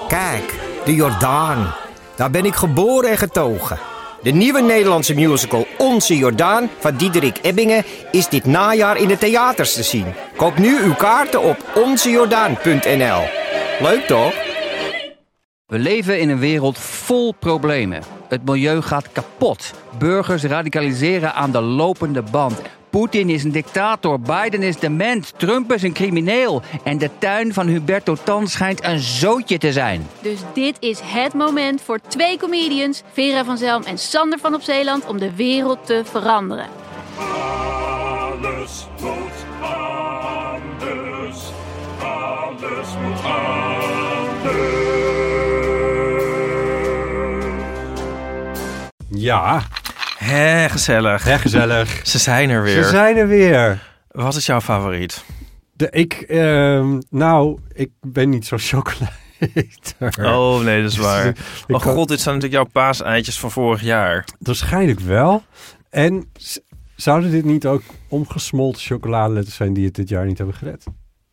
Kijk, de Jordaan. Daar ben ik geboren en getogen. De nieuwe Nederlandse musical Onze Jordaan van Diederik Ebbingen is dit najaar in de theaters te zien. Koop nu uw kaarten op onzejordaan.nl. Leuk toch? We leven in een wereld vol problemen. Het milieu gaat kapot. Burgers radicaliseren aan de lopende band. Poetin is een dictator, Biden is dement, Trump is een crimineel. En de tuin van Huberto Tan schijnt een zootje te zijn. Dus dit is het moment voor 2 comedians, Vera van Zelm en Sander van op Zeeland, om de wereld te veranderen. Alles moet anders. Alles moet anders. Ja. Hé, gezellig. Hè, gezellig. Ze zijn er weer. Ze zijn er weer. Wat is jouw favoriet? Ik ben niet zo chocoladeter. Oh, nee, dat is waar. Ik God, dit zijn natuurlijk jouw paaseitjes van vorig jaar. Waarschijnlijk wel. En zouden dit niet ook omgesmolten chocoladeletters zijn die het dit jaar niet hebben gered?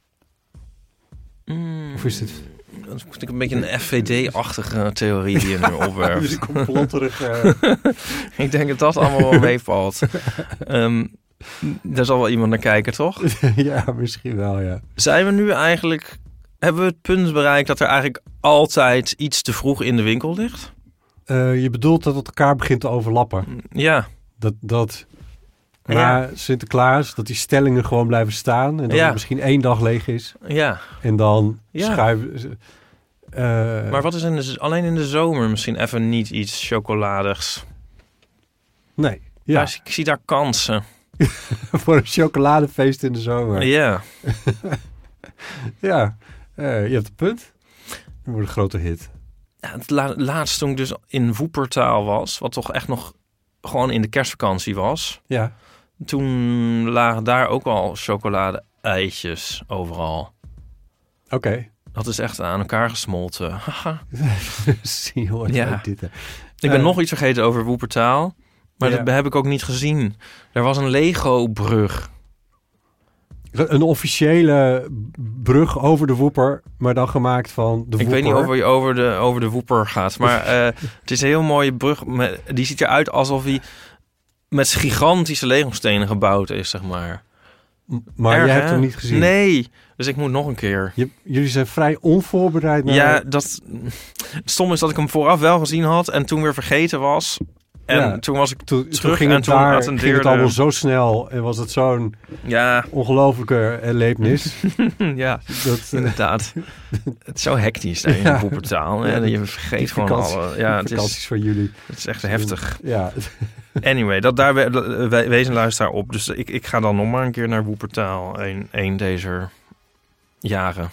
Of is dit... Dat is een beetje een FVD-achtige theorie die je nu opwerpt. Dus een complotterig... Ik denk dat dat allemaal wel meevalt. Daar zal wel iemand naar kijken, toch? Ja, misschien wel, ja. Zijn we nu eigenlijk... Hebben we het punt bereikt dat er eigenlijk altijd iets te vroeg in de winkel ligt? Je bedoelt dat het elkaar begint te overlappen? Ja. Dat na Sinterklaas, dat die stellingen gewoon blijven staan. En dat het misschien 1 dag leeg is. Ja. En dan schuiven... Maar wat is alleen in de zomer misschien even niet iets chocoladigs? Nee. Ja. Maar ik zie daar kansen. Voor een chocoladefeest in de zomer. Ja. Ja. Je hebt een punt. Het wordt een grote hit. Ja, het laatst toen ik dus in Woepertaal was, wat toch echt nog gewoon in de kerstvakantie was. Ja. Toen lagen daar ook al chocolade-eitjes overal. Oké. Dat is echt aan elkaar gesmolten. Zie je hoor. Ja. Dit, Ik ben nog iets vergeten over Woepertaal. Maar dat heb ik ook niet gezien. Er was een Lego-brug. Een officiële brug over de Woeper, maar dan gemaakt van de Woeper. Ik weet niet of je over de Woeper gaat. Maar het is een heel mooie brug. Die ziet eruit alsof hij met gigantische Lego-stenen gebouwd is, zeg maar. Maar jij hebt hem niet gezien? Nee, dus ik moet nog een keer. Jullie zijn vrij onvoorbereid. Ja, het stom is dat ik hem vooraf wel gezien had en toen weer vergeten was. En toen was ik terug ging en het toen attendeerde... ging het allemaal zo snel en was het zo'n ongelofelijke erlevenis. Ja, inderdaad. Het is zo hectisch daar in de Woepertaal. En je vergeet gewoon alle... Ja, vakanties voor jullie. Het is echt heftig. Ja. Anyway, wees een luisteraar op. Dus ik ga dan nog maar een keer naar Woepertaal. Een deze jaren.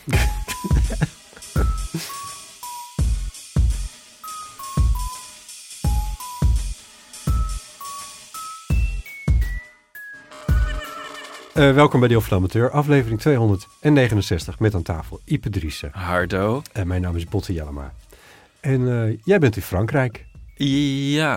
Welkom bij Deel van de Amateur, aflevering 269 met aan tafel Ipe Driessen. Hardo. En mijn naam is Botte Jellema. En jij bent in Frankrijk. Ja.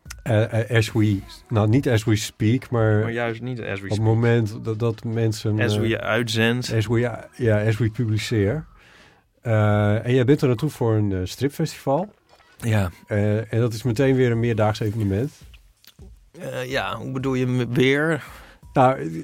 Niet as we speak, maar juist niet as we speak. Op het moment dat mensen... As we uitzendt. As we publiceer. En jij bent er naartoe voor een stripfestival. Ja. En dat is meteen weer een meerdaags evenement. Hoe bedoel je weer? Nou,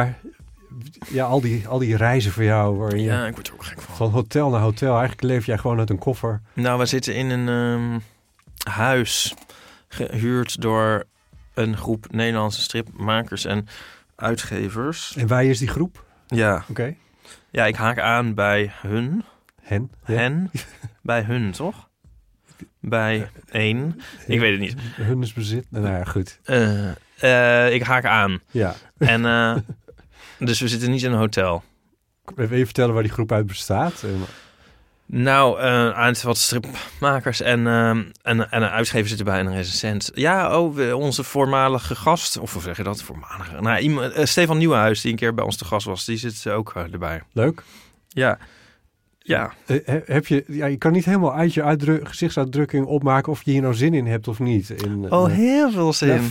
al die reizen voor jou. Waarin je ik word er ook gek van. Van hotel naar hotel. Eigenlijk leef jij gewoon uit een koffer. Nou, we zitten in een huis gehuurd door een groep Nederlandse stripmakers en uitgevers. En wij is die groep? Ja. Oké. Ja, ik haak aan bij hun. Hen? Ja. Hen? Bij hun, toch? Bij één. Ik weet het niet. Hun is bezit. Nou ja, goed. Ik haak aan. Ja. En dus we zitten niet in een hotel. Wil je vertellen waar die groep uit bestaat? Nou, uit wat stripmakers en een uitgever zitten bij een recensent. Ja, onze voormalige gast, of hoe zeg je dat? Voormalige. Nou, Stefan Nieuwenhuis, die een keer bij ons te gast was, die zit ook erbij. Leuk. Ja. Ja. Heb je, je kan niet helemaal uit je gezichtsuitdrukking opmaken of je hier nou zin in hebt of niet. Heel veel zin.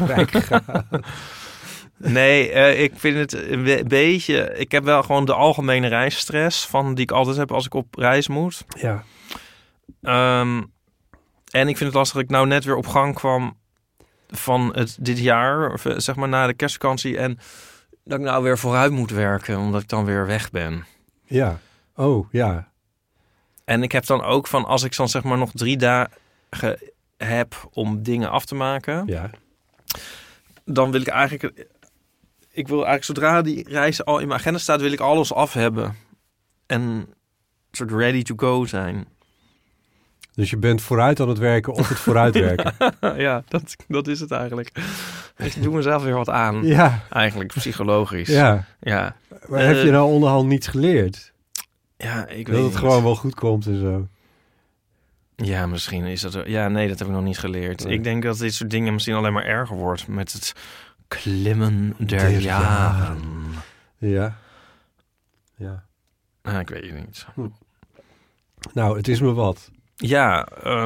Nee, ik vind het een beetje... Ik heb wel gewoon de algemene reisstress die ik altijd heb als ik op reis moet. Ja. En ik vind het lastig dat ik nou net weer op gang kwam van dit jaar, of, zeg maar na de kerstvakantie. En dat ik nou weer vooruit moet werken, omdat ik dan weer weg ben. Ja. Oh, ja. En ik heb dan ook van, als ik dan zeg maar nog 3 dagen heb om dingen af te maken, Ja. dan wil ik eigenlijk... Ik wil eigenlijk, zodra die reis al in mijn agenda staat, wil ik alles af hebben. En een soort ready to go zijn. Dus je bent vooruit aan het werken of het vooruitwerken. Ja, dat is het eigenlijk. Ik doe mezelf weer wat aan. Ja. Eigenlijk, psychologisch. Ja. Ja. Maar heb je nou onderhand niets geleerd? Ja, ik weet Dat het niet. gewoon wel goed komt en zo. Ja, misschien is dat... Ja, nee, dat heb ik nog niet geleerd. Nee. Ik denk dat dit soort dingen misschien alleen maar erger wordt met het klimmen der Der jaren. Ja. Ja. Ik weet het niet. Nou, het is me wat. Ja,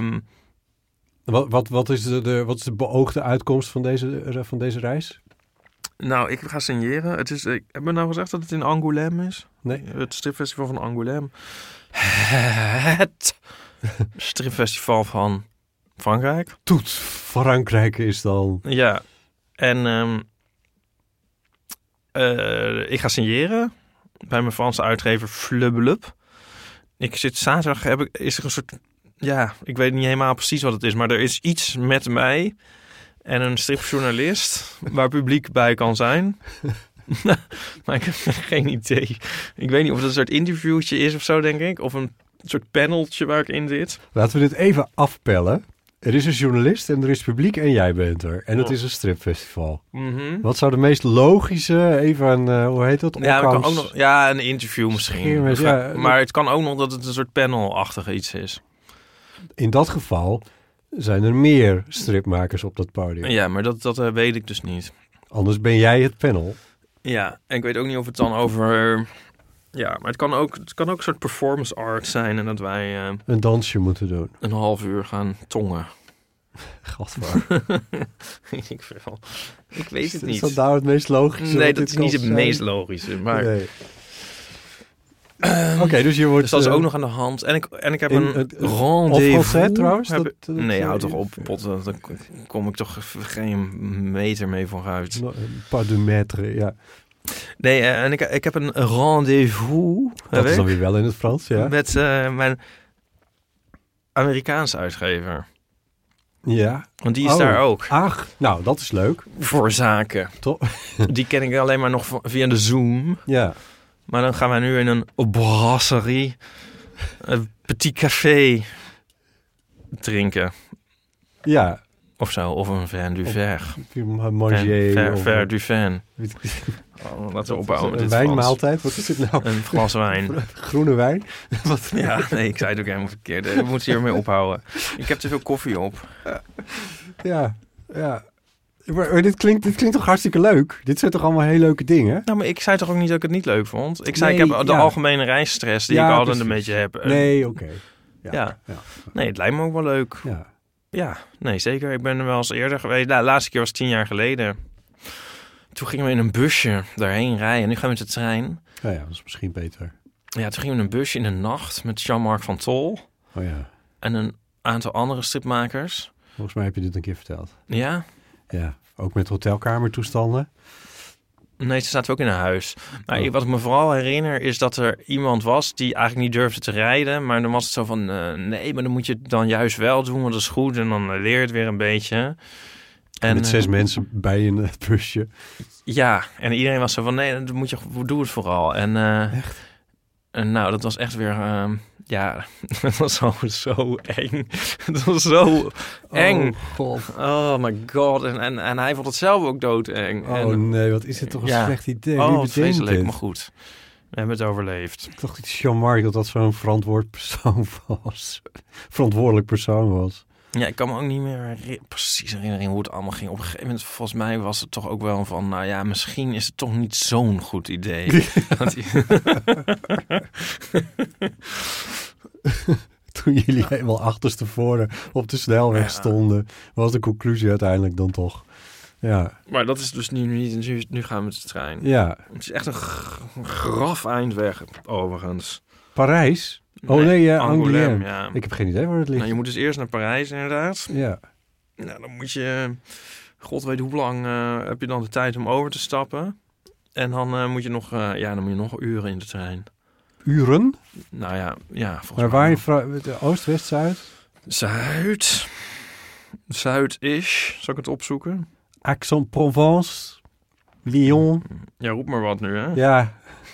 Wat is de beoogde uitkomst van deze reis? nou, ik ga signeren. Ik heb nou gezegd dat het in Angoulême is? Nee. Het stripfestival van Angoulême. Het stripfestival van Frankrijk. Toet. Frankrijk is dan... Ja. En ik ga signeren bij mijn Franse uitgever Flubbelup. Ik zit zaterdag, is er een soort... Ja, ik weet niet helemaal precies wat het is, maar er is iets met mij en een stripjournalist waar publiek bij kan zijn. Maar ik heb geen idee. Ik weet niet of het een soort interviewtje is of zo, denk ik. Of een soort paneltje waar ik in zit. Laten we dit even afpellen. Er is een journalist en er is publiek en jij bent er. En het Oh. is een stripfestival. Mhm. Wat zou de meest logische, hoe heet dat? Ja, maar kan Occams- ook nog, ja, een interview misschien. Scheermes, ja. Maar het kan ook nog dat het een soort panel-achtig iets is. In dat geval zijn er meer stripmakers op dat podium. Ja, maar dat weet ik dus niet. Anders ben jij het panel. Ja, en ik weet ook niet of het dan over... Ja, maar het kan ook een soort performance art zijn en dat wij Een dansje moeten doen. een half uur gaan tongen. Gadver. Weet ik veel. Ik weet het Is niet. dat nou het meest logische? Nee, wat dat dit is niet kan het zijn? meest logische. Maar Nee. Oké, dus je wordt... dus dat is ook nog aan de hand. En ik heb een Of rendezvous. Français trouwens? Nee, houd toch op, potten. Daar kom ik toch geen meter mee vooruit. Pas de maître, ja. Nee, en ik heb een rendezvous. Dat is dan weer wel in het Frans, ja. Met mijn Amerikaanse uitgever. Ja. Want die is Oh. daar ook. Ach, nou, dat is leuk. Voor zaken. Toch? Die ken ik alleen maar nog via de Zoom. Ja. Maar dan gaan wij nu in een brasserie, een petit café drinken. Ja. Of zo, of een vin du ver. Manger. Ver du vin. Laten we opbouwen met Een dit wijnmaaltijd? Wat is het nou? Frans. Een glas wijn. Groene wijn? Wat? Ja, nee, ik zei het ook helemaal verkeerd. We moeten hiermee ophouden. Ik heb te veel koffie op. Ja, ja. Maar dit klinkt toch hartstikke leuk? Dit zijn toch allemaal hele leuke dingen? Nou, maar ik zei toch ook niet dat ik het niet leuk vond? Ik zei, Nee, ik heb de ja. algemene reisstress die Ja, ik altijd precies. een beetje heb. Nee, oké. Ja. Ja. Nee, het lijkt me ook wel leuk. Ja. Ja, nee, zeker. Ik ben er wel eens eerder geweest. Nou, de laatste keer was 10 jaar geleden. Toen gingen we in een busje daarheen rijden. Nu gaan we met de trein. Ja, dat is misschien beter. Ja, toen gingen we in een busje in de nacht met Jean-Marc van Tol. Oh ja. En een aantal andere stripmakers. Volgens mij heb je dit een keer verteld. Ja? Ja. Ook met hotelkamertoestanden. Nee, toen zaten we ook in een huis. Maar Oh. wat ik me vooral herinner is dat er iemand was die eigenlijk niet durfde te rijden. Maar dan was het zo van, nee, maar dan moet je het dan juist wel doen, want dat is goed. En dan leer je het weer een beetje. En, met 6 mensen bij in het busje. Ja, en iedereen was zo van, nee, dan moet je, doe het vooral. En, Echt? En nou, dat was echt weer, ja, het was zo eng. Het was zo eng. Oh, god. Oh my god. En hij vond het zelf ook doodeng. Oh En, nee, wat is dit toch een ja. slecht idee? oh, Wie wat bedenkt vreselijk, dit? maar goed. We hebben het overleefd. Ik dacht dat Jean-Marc dat zo'n verantwoordelijk persoon was. Ja, ik kan me ook niet meer precies herinneren hoe het allemaal ging. Op een gegeven moment, volgens mij was het toch ook wel van, nou ja, misschien is het toch niet zo'n goed idee. Dat Toen jullie helemaal achterstevoren op de snelweg Ja. stonden, was de conclusie uiteindelijk dan toch. Ja, Maar dat is dus nu niet. Nu gaan we met de trein. ja. Het is echt een graf eind weg, overigens. Parijs? Oh nee, Angoulême, Angoulême. ja. Ik heb geen idee waar het ligt. Nou, je moet dus eerst naar Parijs, inderdaad. Ja. Nou, dan moet je... God weet hoe lang heb je dan de tijd om over te stappen. En dan moet je nog... dan moet je nog uren in de trein. Uren? Nou ja, volgens Maar mij... waar je oost, west, zuid? Zuid-ish. Zal ik het opzoeken? Aix-en-Provence, Lyon. Ja, roep maar wat nu, hè? Ja.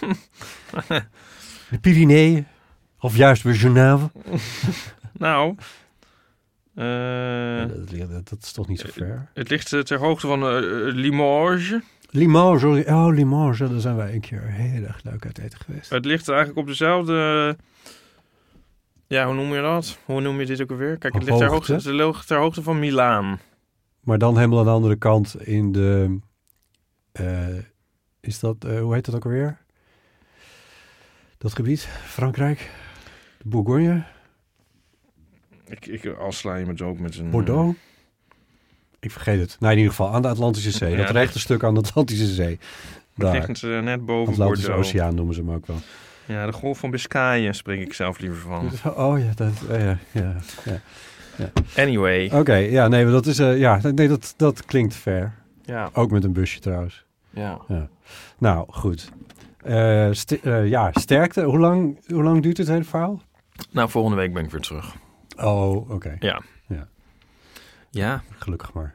De Pyreneeën. Of juist weer Genève. Nou... Dat is toch niet zo ver? Het ligt ter hoogte van Limoges. Limoges. Oh, Limoges. Daar zijn wij een keer heel erg leuk uit eten geweest. Het ligt eigenlijk op dezelfde... Ja, hoe noem je dat? Hoe noem je dit ook alweer? Kijk, het ligt ter hoogte van Milaan. Maar dan helemaal aan de andere kant in de... is dat... hoe heet dat ook alweer? Dat gebied? Frankrijk? De Bourgogne? Ik sla je me zo ook met een... Bordeaux? Ik vergeet het. Nou, in ieder geval aan de Atlantische Zee. Ja, dat rechte stuk aan de Atlantische Zee. Dat Daar. ligt net boven Atlantische Bordeaux. Oceaan noemen ze hem ook wel. Ja, de golf van Biscayen spreek ik zelf liever van. Oh ja, ja. Anyway. Oké, ja, nee, maar dat is... dat klinkt fair. Ja. Ook met een busje trouwens. Ja. Nou, goed. Sterkte. Hoe lang duurt het hele verhaal? Nou, volgende week ben ik weer terug. Oh, oké. Ja. Gelukkig maar.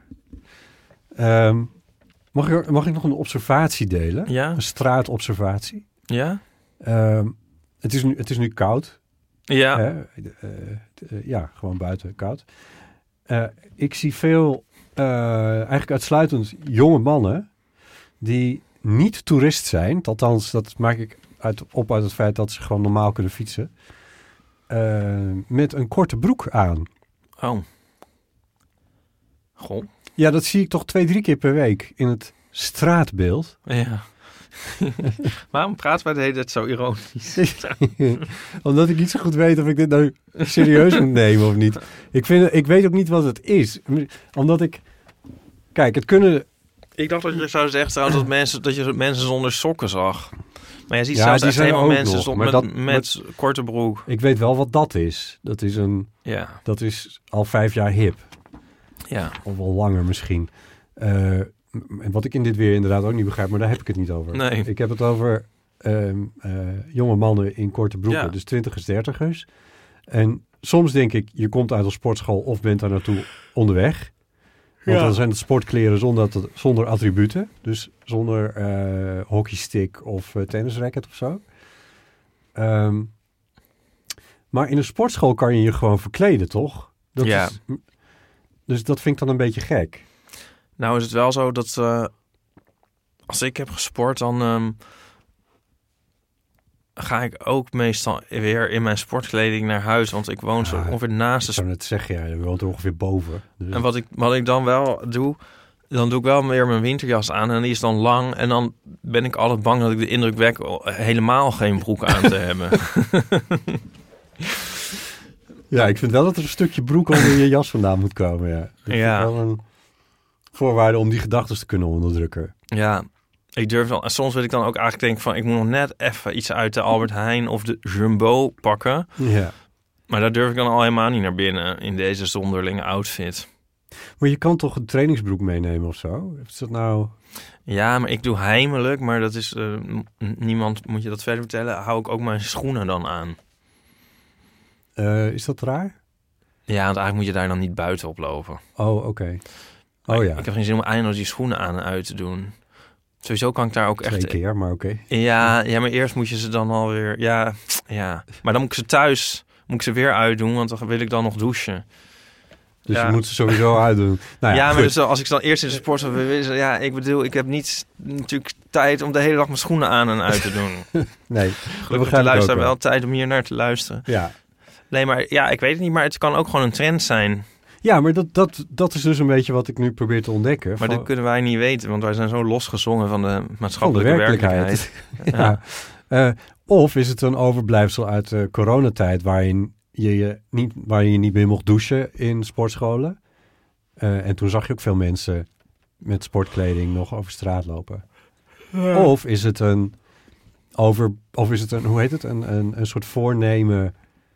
Mag ik nog een observatie delen? Ja. Een straatobservatie. Ja? Het is nu koud. Ja. Gewoon buiten koud. Ik zie veel, eigenlijk uitsluitend jonge mannen die niet toerist zijn. Althans, dat maak ik uit het feit dat ze gewoon normaal kunnen fietsen. Met een korte broek aan. Oh. Goh. Ja, dat zie ik toch 2-3 keer per week in het straatbeeld. Ja. Waarom praten wij de hele tijd zo ironisch? Omdat ik niet zo goed weet of ik dit nou serieus moet nemen of niet. Ik weet ook niet wat het is. Omdat ik... Kijk, het kunnen... Ik dacht dat je zou zeggen trouwens dat je mensen zonder sokken zag. Maar je ziet Ja, zelfs die echt zijn helemaal ook mensen nog, met korte broek. Ik weet wel wat dat is. Dat is al 5 jaar hip. Ja. Of wel langer misschien. En wat ik in dit weer inderdaad ook niet begrijp, maar daar heb ik het niet over. Nee. Ik heb het over jonge mannen in korte broeken, Ja. dus 20ers, 30ers. En soms denk ik, je komt uit een sportschool of bent daar naartoe onderweg. Want dan zijn het sportkleren zonder attributen. Dus zonder hockeystick of tennisracket of zo. Maar in een sportschool kan je je gewoon verkleden, toch? Dus dat vind ik dan een beetje gek. Nou is het wel zo dat als ik heb gesport, dan ga ik ook meestal weer in mijn sportkleding naar huis. Want ik woon zo ongeveer naast Ik zou net zeggen, je woont er ongeveer boven. Dus... En wat ik dan wel doe, dan doe ik wel weer mijn winterjas aan. En die is dan lang. En dan ben ik altijd bang dat ik de indruk wek helemaal geen broek aan te hebben. Ja, ik vind wel dat er een stukje broek onder je jas vandaan moet komen. Ja. Dat is wel een voorwaarde om die gedachten te kunnen onderdrukken. Ja, ik durf wel. En soms wil ik dan ook eigenlijk denken van... ik moet nog net even iets uit de Albert Heijn of de Jumbo pakken. Ja. Maar daar durf ik dan al helemaal niet naar binnen in deze zonderlinge outfit. Maar je kan toch een trainingsbroek meenemen of zo? Is dat nou... Ja, maar ik doe heimelijk, maar dat is... niemand moet je dat verder vertellen. Hou ik ook mijn schoenen dan aan. Is dat raar? Ja, want eigenlijk moet je daar dan niet buiten op lopen. Oh, oké. Oh ja. Ik heb geen zin om eindeloos die schoenen aan en uit te doen. Sowieso kan ik daar ook 2 echt... keer, maar oké. Ja, maar eerst moet je ze dan alweer... Ja. Maar dan moet ik ze thuis... Moet ik ze weer uitdoen, want dan wil ik dan nog douchen. Dus je moet ze sowieso uitdoen. Nou ja, maar goed. dus als ik dan eerst in de sport zou willen... Ja, ik bedoel, ik heb niet natuurlijk tijd om de hele dag mijn schoenen aan en uit te doen. Nee. Gelukkig de luisteraar wel tijd om hier naar te luisteren. Ja. Nee, maar ja, ik weet het niet, maar het kan ook gewoon een trend zijn. Ja, maar dat is dus een beetje wat ik nu probeer te ontdekken. Maar dat kunnen wij niet weten, want wij zijn zo losgezongen van de maatschappelijke van de werkelijkheid. Ja. Of is het een overblijfsel uit de coronatijd waarin je niet meer mocht douchen in sportscholen. En toen zag je ook veel mensen met sportkleding nog over straat lopen. Ja. Of is het een hoe heet het, een soort voornemen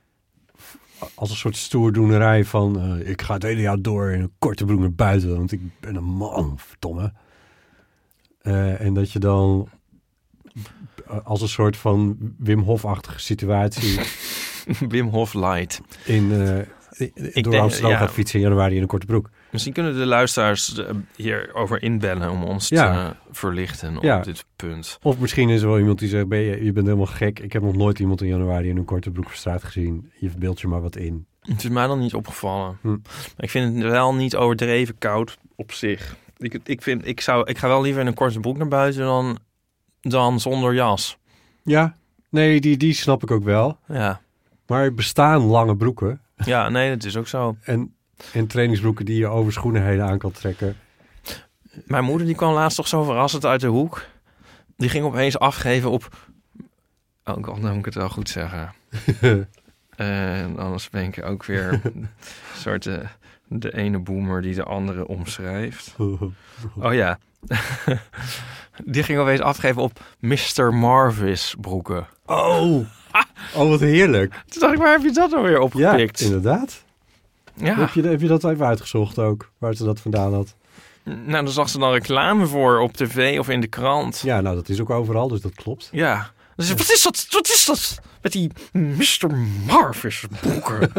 als een soort stoerdoenerij van... ik ga het hele jaar door in een korte broek naar buiten, want ik ben een man, verdomme. En dat je dan als een soort van Wim Hof-achtige situatie... Wim Hof light. Door Amsterdam gaat fietsen in januari in een korte broek. Misschien kunnen de luisteraars hierover inbellen om ons te verlichten op dit punt. Of misschien is er wel iemand die zegt, je bent helemaal gek. Ik heb nog nooit iemand in januari in een korte broek op straat gezien. Je verbeeldt je maar wat in. Het is mij dan niet opgevallen. Maar ik vind het wel niet overdreven koud op zich. Ik ga wel liever in een korte broek naar buiten dan zonder jas. Ja, nee, die snap ik ook wel. Ja. Maar er bestaan lange broeken. Ja, nee, dat is ook zo. En trainingsbroeken die je over schoenen heen aan kan trekken. Mijn moeder die kwam laatst toch zo verrassend uit de hoek. Die ging opeens afgeven op... Oh god, nou moet ik het wel goed zeggen. Anders ben ik ook weer een soort de ene boomer die de andere omschrijft. Oh ja. Die ging opeens afgeven op Mr. Marvis broeken. Oh, wat heerlijk. Toen dacht ik, waar heb je dat nou weer opgepikt? Ja, inderdaad. Ja. Heb je dat even uitgezocht ook, waar ze dat vandaan had? Nou, daar zag ze dan reclame voor op tv of in de krant. Ja, nou, dat is ook overal, dus dat klopt. Ja. Dus wat is dat? Met die Mr. Marvis broeken.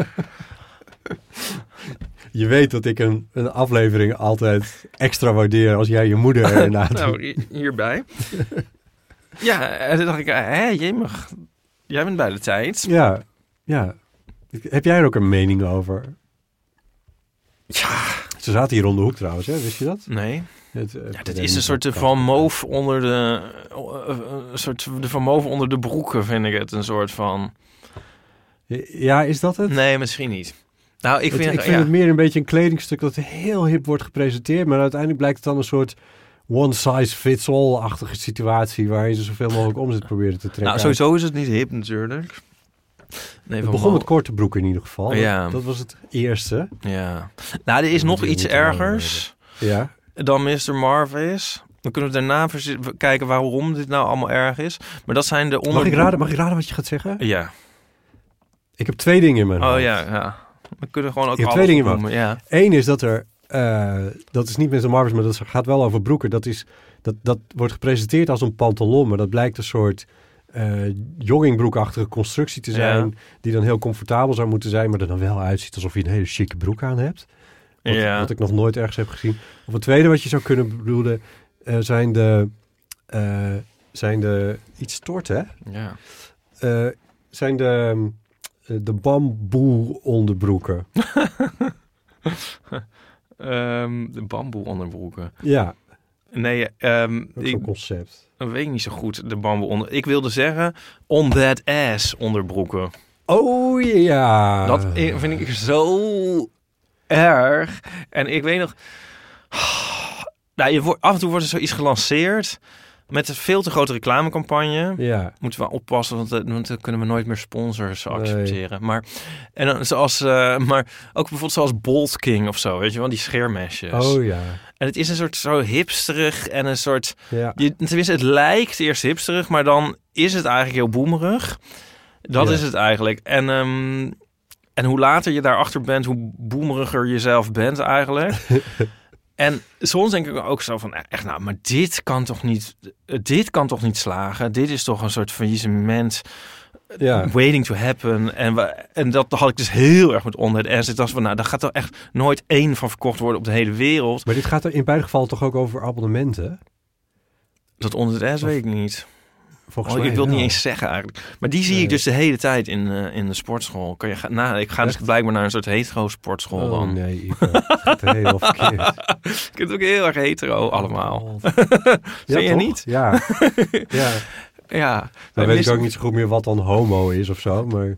Je weet dat ik een aflevering altijd extra waardeer als jij je moeder ernaar doet. Nou, hierbij. Ja, en toen dacht ik, jij bent bij de tijd. Ja. Heb jij er ook een mening over? Ja. Ze zaten hier om de hoek trouwens, hè? Wist je dat? Nee. Dit is een soort van mauve onder de van mauve onder de broeken, vind ik het. Een soort van... Ja, is dat het? Nee, misschien niet. Nou, ik vind het meer een beetje een kledingstuk dat heel hip wordt gepresenteerd, maar uiteindelijk blijkt het dan een soort one-size-fits-all-achtige situatie waar je ze zoveel mogelijk omzet proberen te trekken. Nou, sowieso is het niet hip natuurlijk. Nee, het begon met korte broeken in ieder geval. Ja. Dat was het eerste. Ja. Nou, er is nog iets ergers dan Mr. Marvis. Dan kunnen we daarna kijken waarom dit nou allemaal erg is. Maar dat zijn de Mag ik raden wat je gaat zeggen? Ja. Ik heb 2 dingen in mijn hoofd. Oh ja. We kunnen gewoon ook alles 2 dingen noemen. Ja. Eén is dat er... dat is niet Mr. Marvis, maar dat gaat wel over broeken. Dat wordt gepresenteerd als een pantalon, maar dat blijkt een soort joggingbroekachtige constructie te zijn, die dan heel comfortabel zou moeten zijn, maar er dan wel uitziet alsof je een hele chique broek aan hebt. Wat ik nog nooit ergens heb gezien. Of het tweede wat je zou kunnen bedoelen, zijn de iets stort, hè? Ja. Zijn de bamboe onderbroeken. De bamboe onderbroeken. Ja. Nee, zo'n concept. Dat weet ik niet zo goed, de bamboe onder... Ik wilde zeggen, on that ass onderbroeken. Oh ja. Dat vind ik zo erg. En ik weet nog... Nou, af en toe wordt er zoiets gelanceerd met een veel te grote reclamecampagne. Ja. Moeten we oppassen, want dan kunnen we nooit meer sponsors accepteren. Maar ook bijvoorbeeld zoals Bolt King of zo, weet je wel, die scheermesjes. Oh ja. En het is een soort zo hipsterig en een soort... Ja. Tenminste, het lijkt eerst hipsterig, maar dan is het eigenlijk heel boemerig. Dat is het eigenlijk. En hoe later je daarachter bent, hoe boemeriger je zelf bent eigenlijk. En soms denk ik ook zo van, echt nou, maar dit kan toch niet slagen? Dit is toch een soort faillissement waiting to happen. En dat had ik dus heel erg met On That Ass. Ik dacht van, nou, daar gaat er echt nooit 1 van verkocht worden op de hele wereld. Maar dit gaat er in beide gevallen toch ook over abonnementen? Dat On That Ass weet ik niet. Volgens mij ik wil het niet eens zeggen eigenlijk. Maar die zie ik dus de hele tijd in de sportschool. Ik ga dus blijkbaar naar een soort hetero sportschool dan. Oh nee, Ivo. Het gaat heel verkeerd. Ik vind het ook heel erg hetero allemaal. Vind je niet? Ja. Ja. Dan weet ik ook niet zo goed meer wat dan homo is of zo, maar...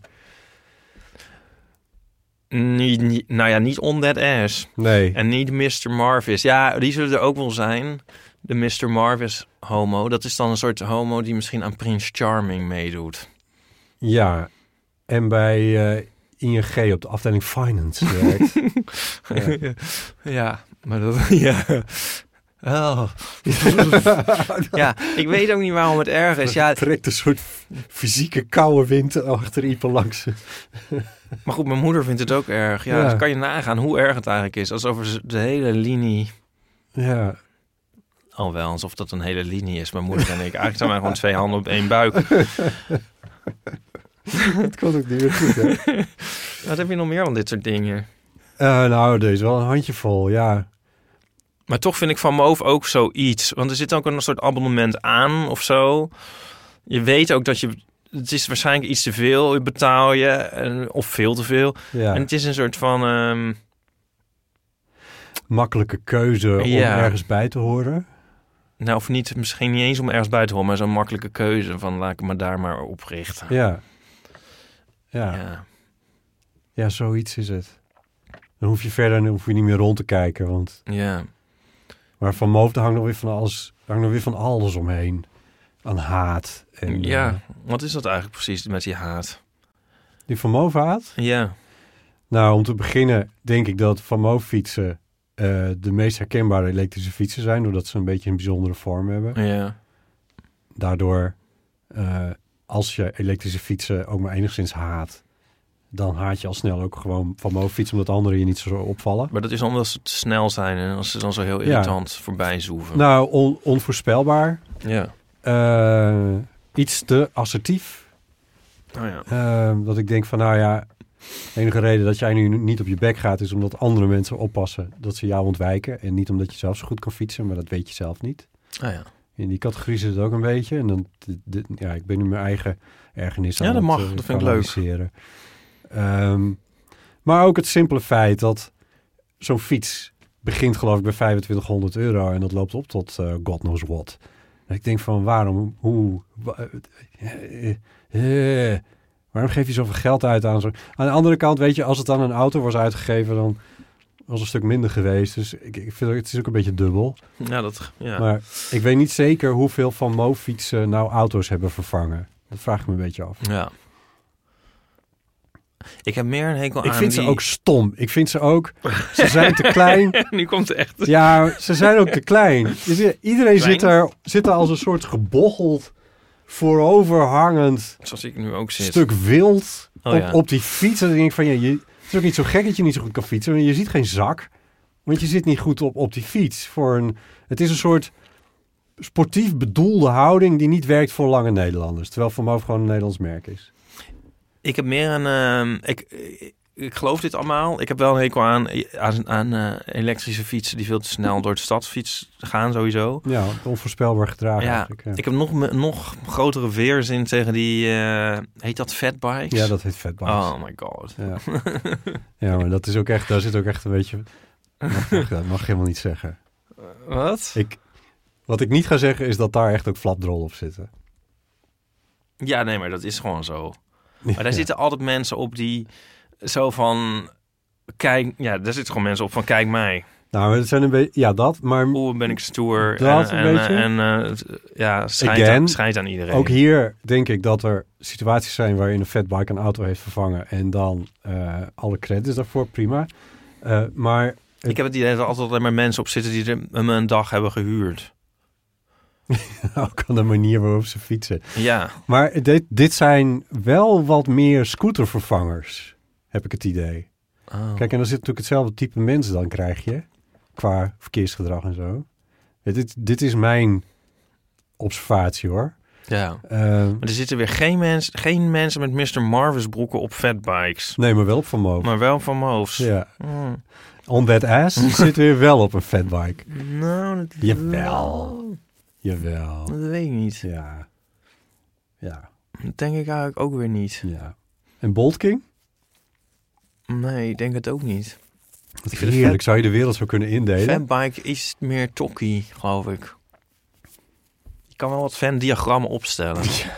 Niet On That Ass. Nee. En niet Mr. Marvis. Ja, die zullen er ook wel zijn. De Mr. Marvis homo. Dat is dan een soort homo die misschien aan Prince Charming meedoet. Ja. En bij ING op de afdeling Finance werkt. Ja, maar dat... Ja. Oh. Ja, ik weet ook niet waarom het erg is. Ja, trekt een soort fysieke koude wind achter Ipe langs. maar goed, mijn moeder vindt het ook erg. Ja, Ja. dus kan je nagaan hoe erg het eigenlijk is. Alsof de hele linie... Ja. Oh wel, alsof dat een hele linie is. Mijn moeder en ik. Eigenlijk zijn wij gewoon 2 handen op 1 buik. Het komt ook niet meer goed, hè? Wat heb je nog meer van dit soort dingen? Nou, er is wel een handjevol, ja. Maar toch vind ik Van Moof ook zoiets. Want er zit ook een soort abonnement aan of zo. Je weet ook dat je... Het is waarschijnlijk iets te veel, betaal je. Of veel te veel. Ja. En het is een soort van... Makkelijke keuze om Ja. ergens bij te horen. nou, of niet, misschien niet eens om ergens bij te horen... maar zo'n makkelijke keuze van laat ik me daar maar op richten. Ja. Ja. Ja. Ja, zoiets is het. Dan hoef je niet meer rond te kijken, want... Ja. Maar van Moof, daar hangt nog weer van alles omheen. Aan haat. En, Ja, wat is dat eigenlijk precies met die haat? die Van Moof haat? Ja. Nou, om te beginnen denk ik dat Van Moof fietsen de meest herkenbare elektrische fietsen zijn, doordat ze een beetje een bijzondere vorm hebben. Ja. Daardoor, als je elektrische fietsen ook maar enigszins haat, dan haat je al snel ook gewoon Van Moof fietsen, omdat anderen je niet zo opvallen. Maar dat is omdat ze te snel zijn en als ze dan zo heel irritant voorbij zoeven. Nou, onvoorspelbaar. Ja. Iets te assertief. Oh ja. Dat ik denk van, nou ja, de enige reden dat jij nu niet op je bek gaat is omdat andere mensen oppassen dat ze jou ontwijken. En niet omdat je zelf zo goed kan fietsen, maar dat weet je zelf niet. Oh ja. In die categorie zit het ook een beetje. En dan, ja, ik ben nu mijn eigen ergernis aan Ja, dat het, mag. Dat vind ik leuk. kanaliseren. Maar ook het simpele feit dat zo'n fiets begint geloof ik bij €2500 en dat loopt op tot God knows what. En ik denk van waarom, waarom geef je zoveel geld uit aan zo'n... Aan de andere kant, weet je, als het dan een auto was uitgegeven, dan was een stuk minder geweest. Dus ik vind het is ook een beetje dubbel. Ja, Maar ik weet niet zeker hoeveel Van Moof fietsen nou auto's hebben vervangen. Dat vraag ik me een beetje af. Ja. Ik heb meer een hekel aan Ik vind die... ze ook stom. Ik vind ze ook... Ze zijn te klein. Nu komt het echt... Ja, ze zijn ook te klein. Iedereen Klein? zit er als een soort gebocheld, vooroverhangend Zoals ik nu ook zit. stuk wild Oh, op die fiets. En dan denk ik van, ja, het is ook niet zo gek dat je niet zo goed kan fietsen. Want je ziet geen zak. Want je zit niet goed op die fiets. Het is een soort sportief bedoelde houding die niet werkt voor lange Nederlanders. Terwijl Van Moof gewoon een Nederlands merk is. Ik heb meer een... Ik geloof dit allemaal. Ik heb wel een hekel aan elektrische fietsen die veel te snel door de stadsfiets gaan sowieso. Ja, onvoorspelbaar gedragen Ja, eigenlijk. Ja. ik heb nog grotere weerzin tegen die... heet dat fatbikes? Ja, dat heet fatbikes. Oh my god. Ja. Ja, maar dat is ook echt, daar zit ook echt een beetje... Dat mag je helemaal niet zeggen. Wat? Wat ik niet ga zeggen is dat daar echt ook flapdrol op zitten. Ja, nee, maar dat is gewoon zo. Maar daar zitten altijd mensen op die zo van... Kijk, ja, daar zitten gewoon mensen op van kijk mij. Nou, het zijn een beetje... Ja, dat, maar... Hoe ben ik stoer. Dat een beetje. Ja, Again, schijnt aan iedereen. Ook hier denk ik dat er situaties zijn waarin een fatbike een auto heeft vervangen. En dan alle credits daarvoor, prima. Maar... Ik heb het idee dat er altijd alleen maar mensen op zitten die me een dag hebben gehuurd. ook aan de manier waarop ze fietsen. Ja. Maar dit zijn wel wat meer scootervervangers, heb ik het idee. Oh. Kijk, en dan zit natuurlijk hetzelfde type mensen dan krijg je. Qua verkeersgedrag en zo. Dit is mijn observatie hoor. Ja. Maar er zitten weer geen mensen met Mr. Marvis broeken op fatbikes. Nee, maar wel op Van Moof. Maar wel Van Moofs. Ja. On that ass zit weer wel op een fatbike. Nou, dat Jawel. Jawel. Dat weet ik niet. Ja. Ja. Dat denk ik eigenlijk ook weer niet. Ja. En Bolt King? Nee, ik denk het ook niet. Wat heerlijk. Zou je de wereld zo kunnen indelen? Fatbike is meer tokkie, geloof ik. Je kan wel wat Venn-diagrammen opstellen.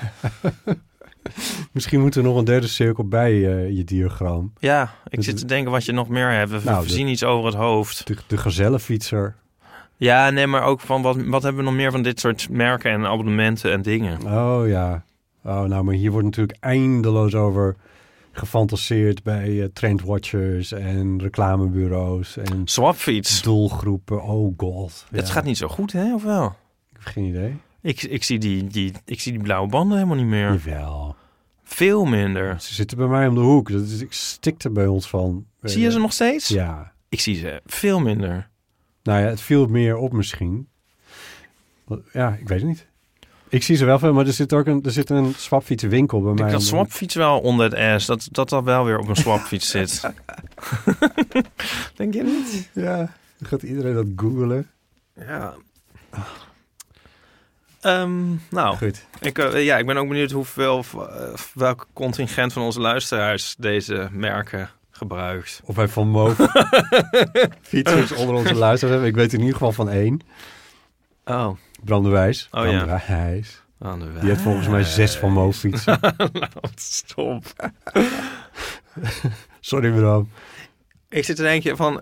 Misschien moet er nog een derde cirkel bij je diagram. Ja, ik zit te denken wat je nog meer hebt. We zien iets over het hoofd. De gazellenfietser. Ja, nee, maar ook van wat hebben we nog meer van dit soort merken en abonnementen en dingen? Oh ja. Oh, nou, maar hier wordt natuurlijk eindeloos over gefantaseerd bij trendwatchers en reclamebureaus en Swapfiets. doelgroepen. Oh god. Het Ja. gaat niet zo goed, hè? Of wel? Ik heb geen idee. Ik zie die blauwe banden helemaal niet meer. Jawel. Veel minder. Ze zitten bij mij om de hoek. Ik stikte bij ons van. Zie je ze nog steeds? Ja. Ik zie ze veel minder. Nou ja, het viel meer op misschien. Ja, ik weet het niet. Ik zie ze wel veel, maar er zit een swapfietsenwinkel bij mij. Ik dat swapfiets wel onder het S. Dat wel weer op een swapfiets zit. Denk je niet? Ja, dan gaat iedereen dat googlen. Ja. Nou, Goed. ik ben ook benieuwd welk contingent van onze luisteraars deze merken gebruikt. Of wij van Moof fietsers onder onze luisteraars hebben. Ik weet in ieder geval van 1. Oh, Bram de Wijs. Oh, Bram ja. de Wijs. aan de Die heeft volgens mij 6 van Moof fietsen. Nou, stop. Sorry Bram. Ik zit te denken van...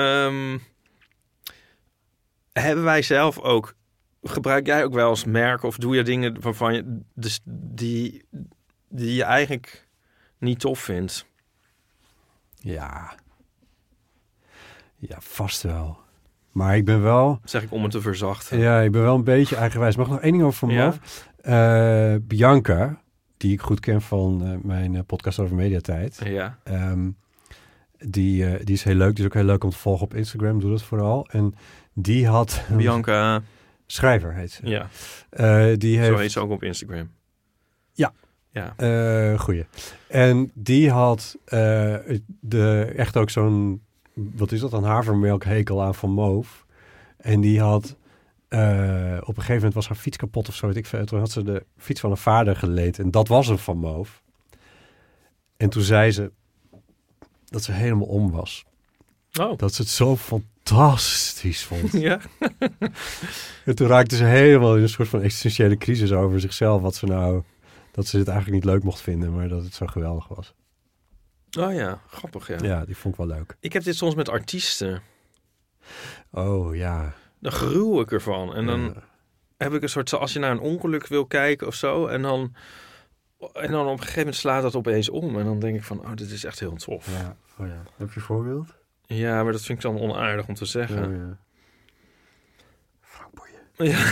hebben wij zelf ook... Gebruik jij ook wel eens merken of doe je dingen waarvan je... Dus die je eigenlijk niet tof vindt? Ja. Ja, vast wel. Maar ik ben wel... Zeg ik om het te verzachten. Ja, ik ben wel een beetje eigenwijs. Mag ik nog één ding over van Ja? Moof? Bianca, die ik goed ken van mijn podcast over mediatijd. Ja. Die is heel leuk. Die is ook heel leuk om te volgen op Instagram. Doe dat vooral. En die had... Bianca, Schrijver heet ze. ja. Die heeft... Zo heet ze ook op Instagram. Ja. Ja. Goeie. En die had echt ook zo'n... Wat is dat? Een havermelkhekel aan van Moof. En die had... op een gegeven moment was haar fiets kapot of zo. Weet ik veel. Toen had ze de fiets van haar vader geleend. En dat was een Van Moof. En toen zei ze dat ze helemaal om was. Oh. Dat ze het zo fantastisch vond. Ja. En toen raakte ze helemaal in een soort van existentiële crisis over zichzelf. Dat ze het eigenlijk niet leuk mocht vinden, maar dat het zo geweldig was. Oh ja, grappig ja. Ja, die vond ik wel leuk. Ik heb dit soms met artiesten. Oh ja. Dan gruw ik ervan. En dan heb ik een soort... Als je naar een ongeluk wil kijken of zo. En dan op een gegeven moment slaat dat opeens om. En dan denk ik van, oh, dit is echt heel tof. Ja. Oh ja. Heb je een voorbeeld? Ja, maar dat vind ik dan onaardig om te zeggen. Oh ja. Frank Boeien. Ja.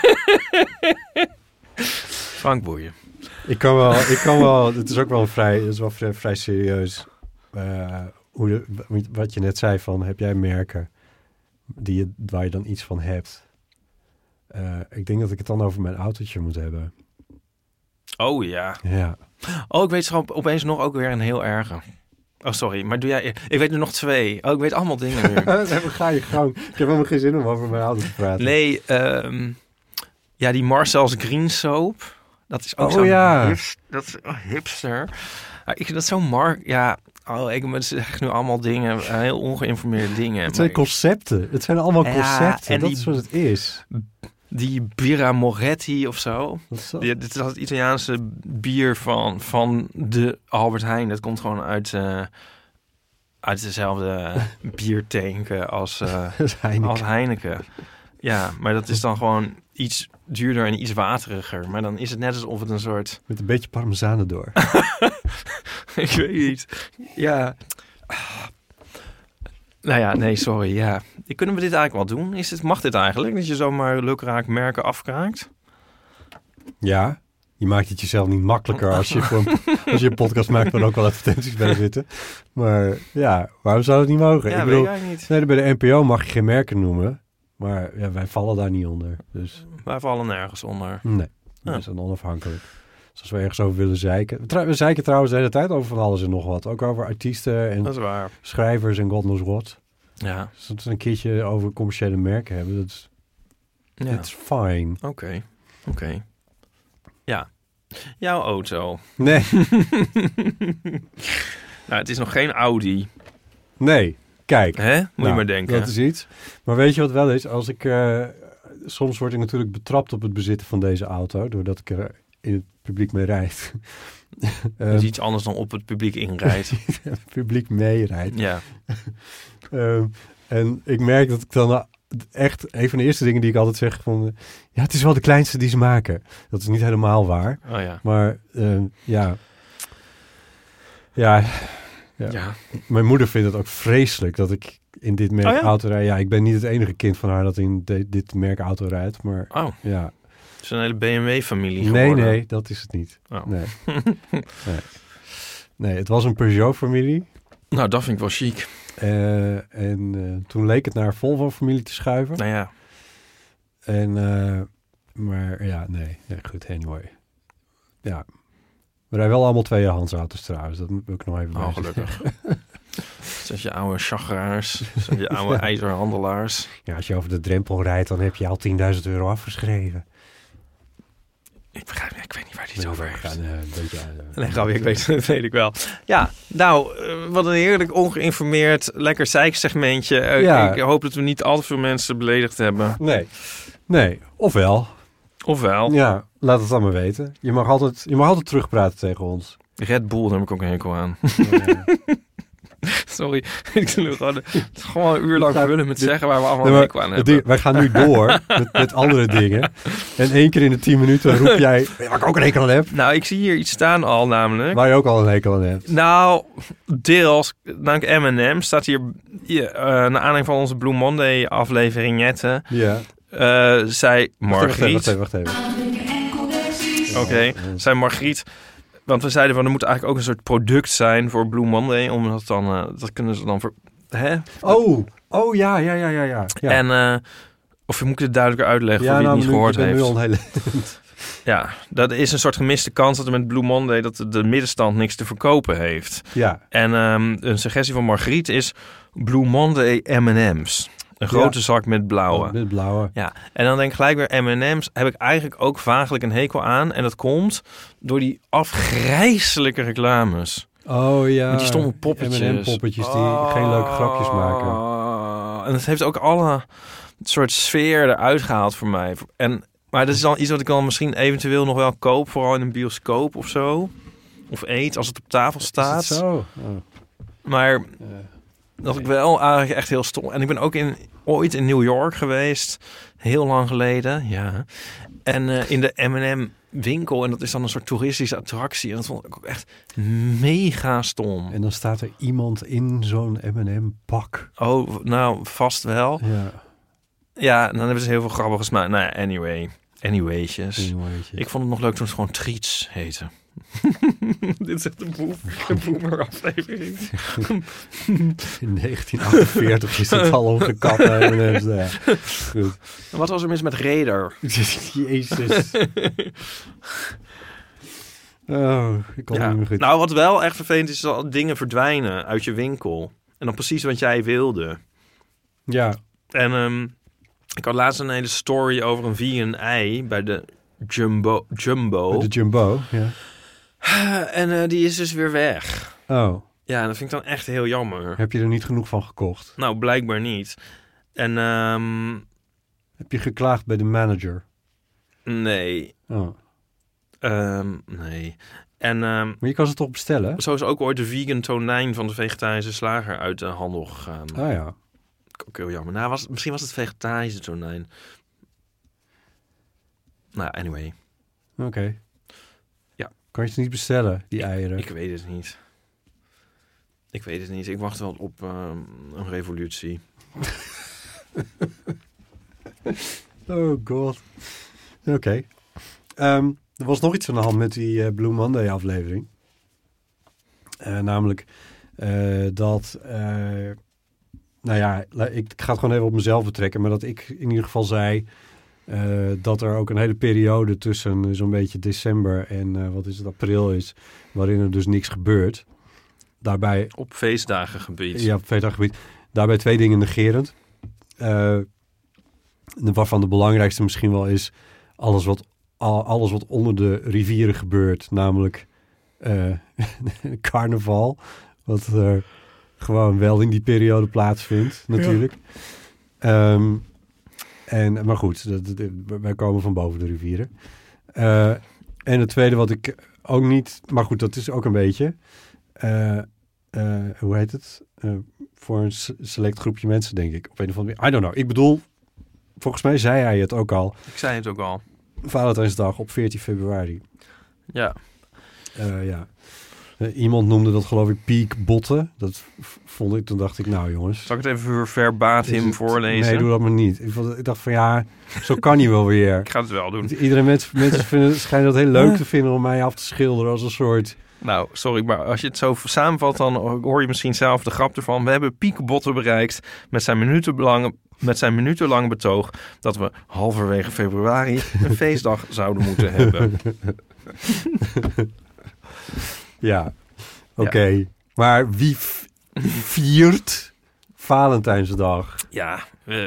Frank Boeien. Ik kan wel. Het is ook wel vrij serieus. Wat je net zei van, heb jij merken waar je dan iets van hebt? Ik denk dat ik het dan over mijn autootje moet hebben. Oh ja. Ja. Oh, ik weet gewoon opeens nog ook weer een heel erge. Oh, sorry. Maar doe jij... Ik weet er nog 2. Oh, ik weet allemaal dingen weer. Ga je gang. Ik heb helemaal geen zin om over mijn auto te praten. Nee, ja, die Marcel's Green Soap. Dat is ook Oh, zo'n ja. dat is een hipster. Ik vind dat zo'n ja. Oh, ik zeg nu allemaal dingen, heel ongeïnformeerde dingen. Het zijn concepten. Het zijn allemaal Ja, concepten. en Dat die- is wat het is. Die Birra Moretti of zo. Dat is zo- Dit is het Italiaanse bier van de Albert Heijn. Dat komt gewoon uit dezelfde biertank als Dat is Heineken. als Heineken. Ja, maar dat is dan gewoon iets duurder en iets wateriger. Maar dan is het net alsof het een soort... Met een beetje parmezaan erdoor. Ik weet niet. Ja. Nou ja, nee, sorry. Ja. Kunnen we dit eigenlijk wel doen? Mag dit eigenlijk? Dat je zomaar lukraak merken afkraakt? Ja, je maakt het jezelf niet makkelijker als je een podcast maakt waar ook wel advertenties bij zitten. Maar ja, waarom zou het niet mogen? Ja, Ik bedoel, weet ik niet. nee, bij de NPO mag je geen merken noemen. Maar ja, wij vallen daar niet onder. Dus Wij vallen nergens onder. nee, we Ah. zijn onafhankelijk. Dus als we ergens over willen zeiken. We zeiken trouwens de hele tijd over van alles en nog wat. Ook over artiesten en Dat is waar. schrijvers en god knows what. Ja. Dus dat we een keertje over commerciële merken hebben. Dat is Ja. it's fine. Oké. Ja. Jouw auto. Nee, Nou, het is nog geen Audi. nee. Kijk. Hè? Moet je Nou, maar denken. Dat is iets. Maar weet je wat wel is? Als ik soms word ik natuurlijk betrapt op het bezitten van deze auto, doordat ik er in het publiek mee rijd. Dat is iets anders dan op het publiek inrijdt. Het publiek mee rijdt. Ja. En ik merk dat ik dan echt een van de eerste dingen die ik altijd zeg van, ja, het is wel de kleinste die ze maken. Dat is niet helemaal waar. Oh ja. Maar ja. Ja. Ja. Mijn moeder vindt het ook vreselijk dat ik in dit merk auto rijd. Ja, ik ben niet het enige kind van haar dat in dit merk auto rijdt. Maar ja. Het is een hele BMW-familie geworden. Nee, dat is het niet. Oh. Nee. Nee, het was een Peugeot-familie. Nou, dat vind ik wel chic. Toen leek het naar een Volvo-familie te schuiven. Nou ja. Maar ja, nee. Ja, goed, anyway. Ja. We rijden wel allemaal tweedehands auto's trouwens. Dat moet ik nog even bij gelukkig. Zeg je oude chagraars. Zeg je oude ijzerhandelaars. Ja, als je over de drempel rijdt, dan heb je al €10.000 afgeschreven. Ik weet niet waar die het over heeft. Nee, grapje, dat weet ik wel. Ja, nou, wat een heerlijk ongeïnformeerd, lekker zeiksegmentje. Ik hoop dat we niet al te veel mensen beledigd hebben. Nee, ofwel. Ja, laat het dan maar weten. Je mag altijd terugpraten tegen ons. Red Bull, daar heb ik ook een hekel aan. Sorry, ik wil gewoon een uur lang vullen met zeggen waar we allemaal een hekel aan hebben. Wij gaan nu door met andere dingen. En 1 keer in de 10 minuten roep jij waar ik ook een hekel aan heb. Nou, ik zie hier iets staan al namelijk. Waar je ook al een hekel aan hebt. Nou, deels, namelijk M&M staat hier, naar aanleiding van onze Blue Monday aflevering zei Margriet. Wacht even. Oké, zei Margriet. Want we zeiden van er moet eigenlijk ook een soort product zijn voor Blue Monday, omdat dan dat kunnen ze dan voor. Hè? Oh ja. En of moet ik het duidelijker uitleggen voor wie het niet gehoord heeft? Nu al een hele... Ja, dat is een soort gemiste kans dat er met Blue Monday dat de middenstand niks te verkopen heeft. Ja. En een suggestie van Margriet is Blue Monday M&M's. Een grote zak met blauwe. Met blauwe. Ja, en dan denk ik gelijk weer M&M's heb ik eigenlijk ook vaaglijk een hekel aan. En dat komt door die afgrijselijke reclames. Oh ja. Met die stomme poppetjes. M&M-poppetjes die geen leuke grapjes maken. En het heeft ook alle soort sfeer eruit gehaald voor mij. Maar dat is dan iets wat ik dan misschien eventueel nog wel koop. Vooral in een bioscoop of zo. Of eet als het op tafel staat. Is het zo? Oh. Maar... Dat ik wel eigenlijk echt heel stom. En ik ben ook ooit in New York geweest. Heel lang geleden, ja. En in de M&M winkel. En dat is dan een soort toeristische attractie. En dat vond ik ook echt mega stom. En dan staat er iemand in zo'n M&M pak. Oh, nou, vast wel. Ja. Ja, en dan hebben ze heel veel grappige smaak. Nou ja, Anyways. Ik vond het nog leuk toen het gewoon Treats heette. Dit is echt een boomer aflevering. In 1948 is het al ongekapt. Ja. Goed. Wat was er mis met Raider? Jezus. Ik kon niet meer goed. Nou, wat wel echt vervelend is dat dingen verdwijnen uit je winkel. En dan precies wat jij wilde. Ja. En ik had laatst een hele story over een vegan ei bij de Jumbo. Bij de Jumbo, ja. En die is dus weer weg. Oh. Ja, dat vind ik dan echt heel jammer. Heb je er niet genoeg van gekocht? Nou, blijkbaar niet. En heb je geklaagd bij de manager? Nee. Oh. Nee. En maar je kan ze toch bestellen? Zo is ook ooit de vegan tonijn van de vegetarische slager uit de handel gegaan. Ah ja. Ook heel jammer. Nou, misschien was het vegetarische tonijn. Nou, anyway. Oké. Ja. Kan je ze niet bestellen, die eieren? Ik weet het niet. Ik wacht wel op een revolutie. Oh god. Oké. Er was nog iets aan de hand met die Blue Monday aflevering. Namelijk dat... nou ja, ik ga het gewoon even op mezelf betrekken. Maar dat ik in ieder geval zei... dat er ook een hele periode tussen zo'n beetje december en april is... waarin er dus niks gebeurt. Daarbij... Op feestdagengebied. Ja, op feestdagengebied. Daarbij 2 dingen negerend. Waarvan de belangrijkste misschien wel is... alles wat onder de rivieren gebeurt. Namelijk carnaval. Wat er gewoon wel in die periode plaatsvindt, natuurlijk. Ja. Maar goed, wij komen van boven de rivieren. En het tweede wat ik ook niet... Maar goed, dat is ook een beetje... hoe heet het? Voor een select groepje mensen, denk ik. Op een of andere manier. I don't know. Ik bedoel, volgens mij zei hij het ook al. Ik zei het ook al. Valentijnsdag op 14 februari. Ja. Ja. Iemand noemde dat geloof ik piekbotten. Dat vond ik, toen dacht ik, nou jongens. Zal ik het even verbatim voorlezen? Nee, doe dat maar niet. Ik dacht van ja, zo kan hij wel weer. Ik ga het wel doen. Iedereen mensen schijnen dat heel leuk te vinden om mij af te schilderen als een soort... Nou, sorry, maar als je het zo samenvat, dan hoor je misschien zelf de grap ervan. We hebben piekbotten bereikt met zijn minutenlange betoog dat we halverwege februari een feestdag zouden moeten hebben. Ja, oké. Maar wie viert Valentijnsdag? Ja.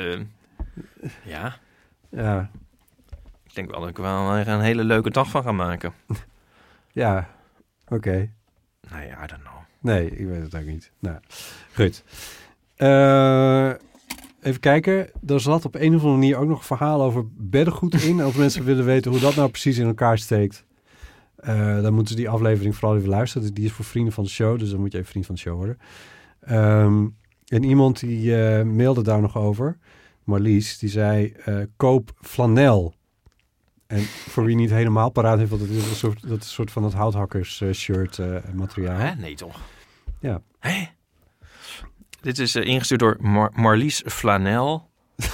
Ja. Ik denk wel dat ik wel een hele leuke dag van ga maken. Ja, oké. Nou ja, I don't know. Nee, ik weet het ook niet. Nou, goed. Even kijken. Er zat op een of andere manier ook nog een verhaal over beddengoed in. Als mensen willen weten hoe dat nou precies in elkaar steekt, dan moeten ze die aflevering vooral even luisteren. Die is voor vrienden van de show, dus dan moet je even vriend van de show worden. En iemand die mailde daar nog over, Marlies, die zei, koop flanel. En voor wie niet helemaal paraat heeft, want het is een soort van het houthakkers shirt materiaal. Hè? Nee, toch? Ja. Hè? Dit is ingestuurd door Marlies Flanel.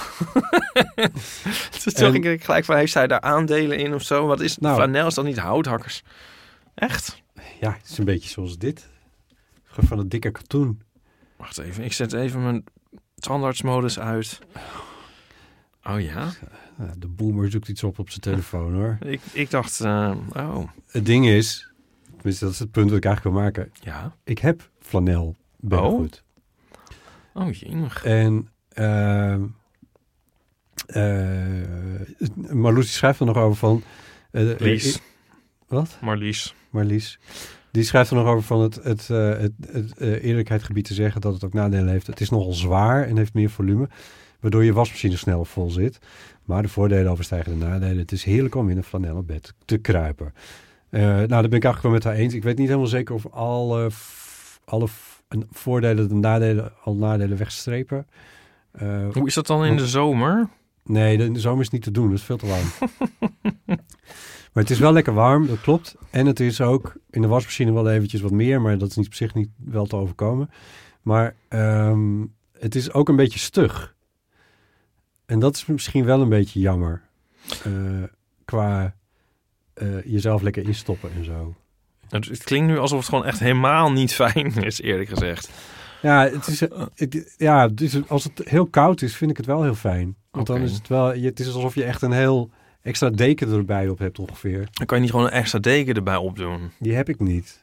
Toen dacht ik gelijk van, heeft zij daar aandelen in of zo? Wat is flanel? Is dat niet houthakkers? Echt? Ja, het is een beetje zoals dit. Gewoon van het dikke katoen. Wacht even, ik zet even mijn tandartsmodus uit. Oh ja? De boomer zoekt iets op zijn telefoon, hoor. Ik dacht, Het ding is, tenminste dat is het punt dat ik eigenlijk wil maken. Ja? Ik heb flanel beddengoed. Oh, jemig. En Marloes schrijft er nog over van... Lies. Wat? Marlies. Die schrijft er nog over van het eerlijkheidsgebied te zeggen dat het ook nadelen heeft. Het is nogal zwaar en heeft meer volume, waardoor je wasmachine sneller vol zit. Maar de voordelen overstijgen de nadelen. Het is heerlijk om in een flanellen bed te kruipen. Nou, daar ben ik eigenlijk wel met haar eens. Ik weet niet helemaal zeker of alle voordelen de nadelen wegstrepen. Hoe is dat dan in de zomer? Nee, in de zomer is het niet te doen. Dat is veel te warm. Maar het is wel lekker warm, dat klopt. En het is ook in de wasmachine wel eventjes wat meer, maar dat is op zich niet wel te overkomen. Maar het is ook een beetje stug. En dat is misschien wel een beetje jammer. Qua jezelf lekker instoppen en zo. Het klinkt nu alsof het gewoon echt helemaal niet fijn is, eerlijk gezegd. Ja, het is als het heel koud is, vind ik het wel heel fijn. Want dan is het wel... Het is alsof je echt een heel extra deken erbij op hebt ongeveer. Dan kan je niet gewoon een extra deken erbij opdoen. Die heb ik niet.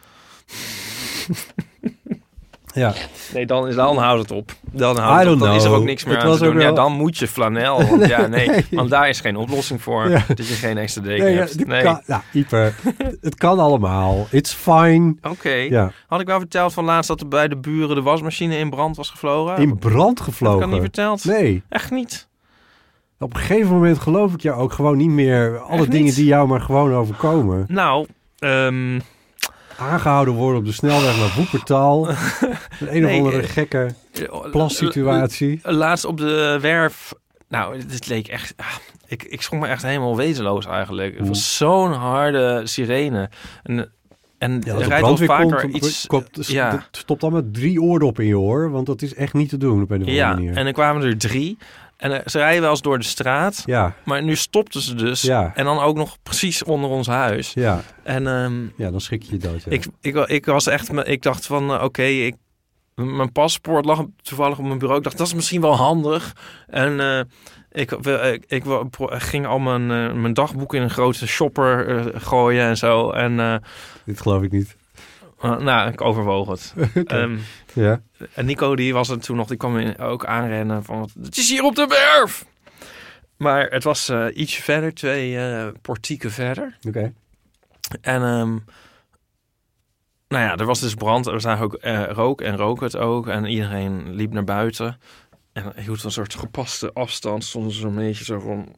Ja. Nee, dan houdt het op. Dan is er ook niks meer aan te doen. Ja, dan moet je flanel. Want want daar is geen oplossing voor. Ja. Dat je geen extra deken hebt. Ieper, het kan allemaal. It's fine. Oké. Ja. Had ik wel verteld van laatst dat er bij de buren de wasmachine in brand was gevlogen? In brand gevlogen? Dat had ik niet verteld. Nee. Echt niet. Op een gegeven moment geloof ik jou ook gewoon niet meer. Alle dingen die jou maar gewoon overkomen. Nou, aangehouden worden op de snelweg naar Woepertaal. Een of andere gekke plassituatie. Laatst op de werf. Nou, dit leek echt... Ik schrok me echt helemaal wezenloos eigenlijk. Het was zo'n harde sirene. En er rijdt wel vaker iets... Het stopt dan met 3 oordoppen in je oor. Want dat is echt niet te doen op een of andere manier. En er kwamen er 3... En ze rijden wel eens door de straat. Ja. Maar nu stopten ze dus. Ja. En dan ook nog precies onder ons huis. Ja. En dan schrik je dood. Ja. Ik was echt... Ik dacht van... mijn paspoort lag toevallig op mijn bureau. Ik dacht, dat is misschien wel handig. En ik ging al mijn dagboek in een grote shopper gooien en zo. En dit geloof ik niet. Ik overwoog het. Ja. En Nico, die was er toen nog, die kwam ook aanrennen van, het is hier op de werf! Maar het was ietsje verder, 2 portieken verder. Oké. En er was dus brand, er zagen ook rook en rook het ook. En iedereen liep naar buiten. En hield een soort gepaste afstand, stonden ze zo'n beetje zo van...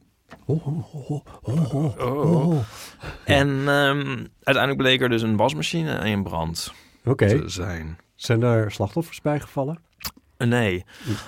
En uiteindelijk bleek er dus een wasmachine in brand te zijn. Zijn er slachtoffers bijgevallen? Nee.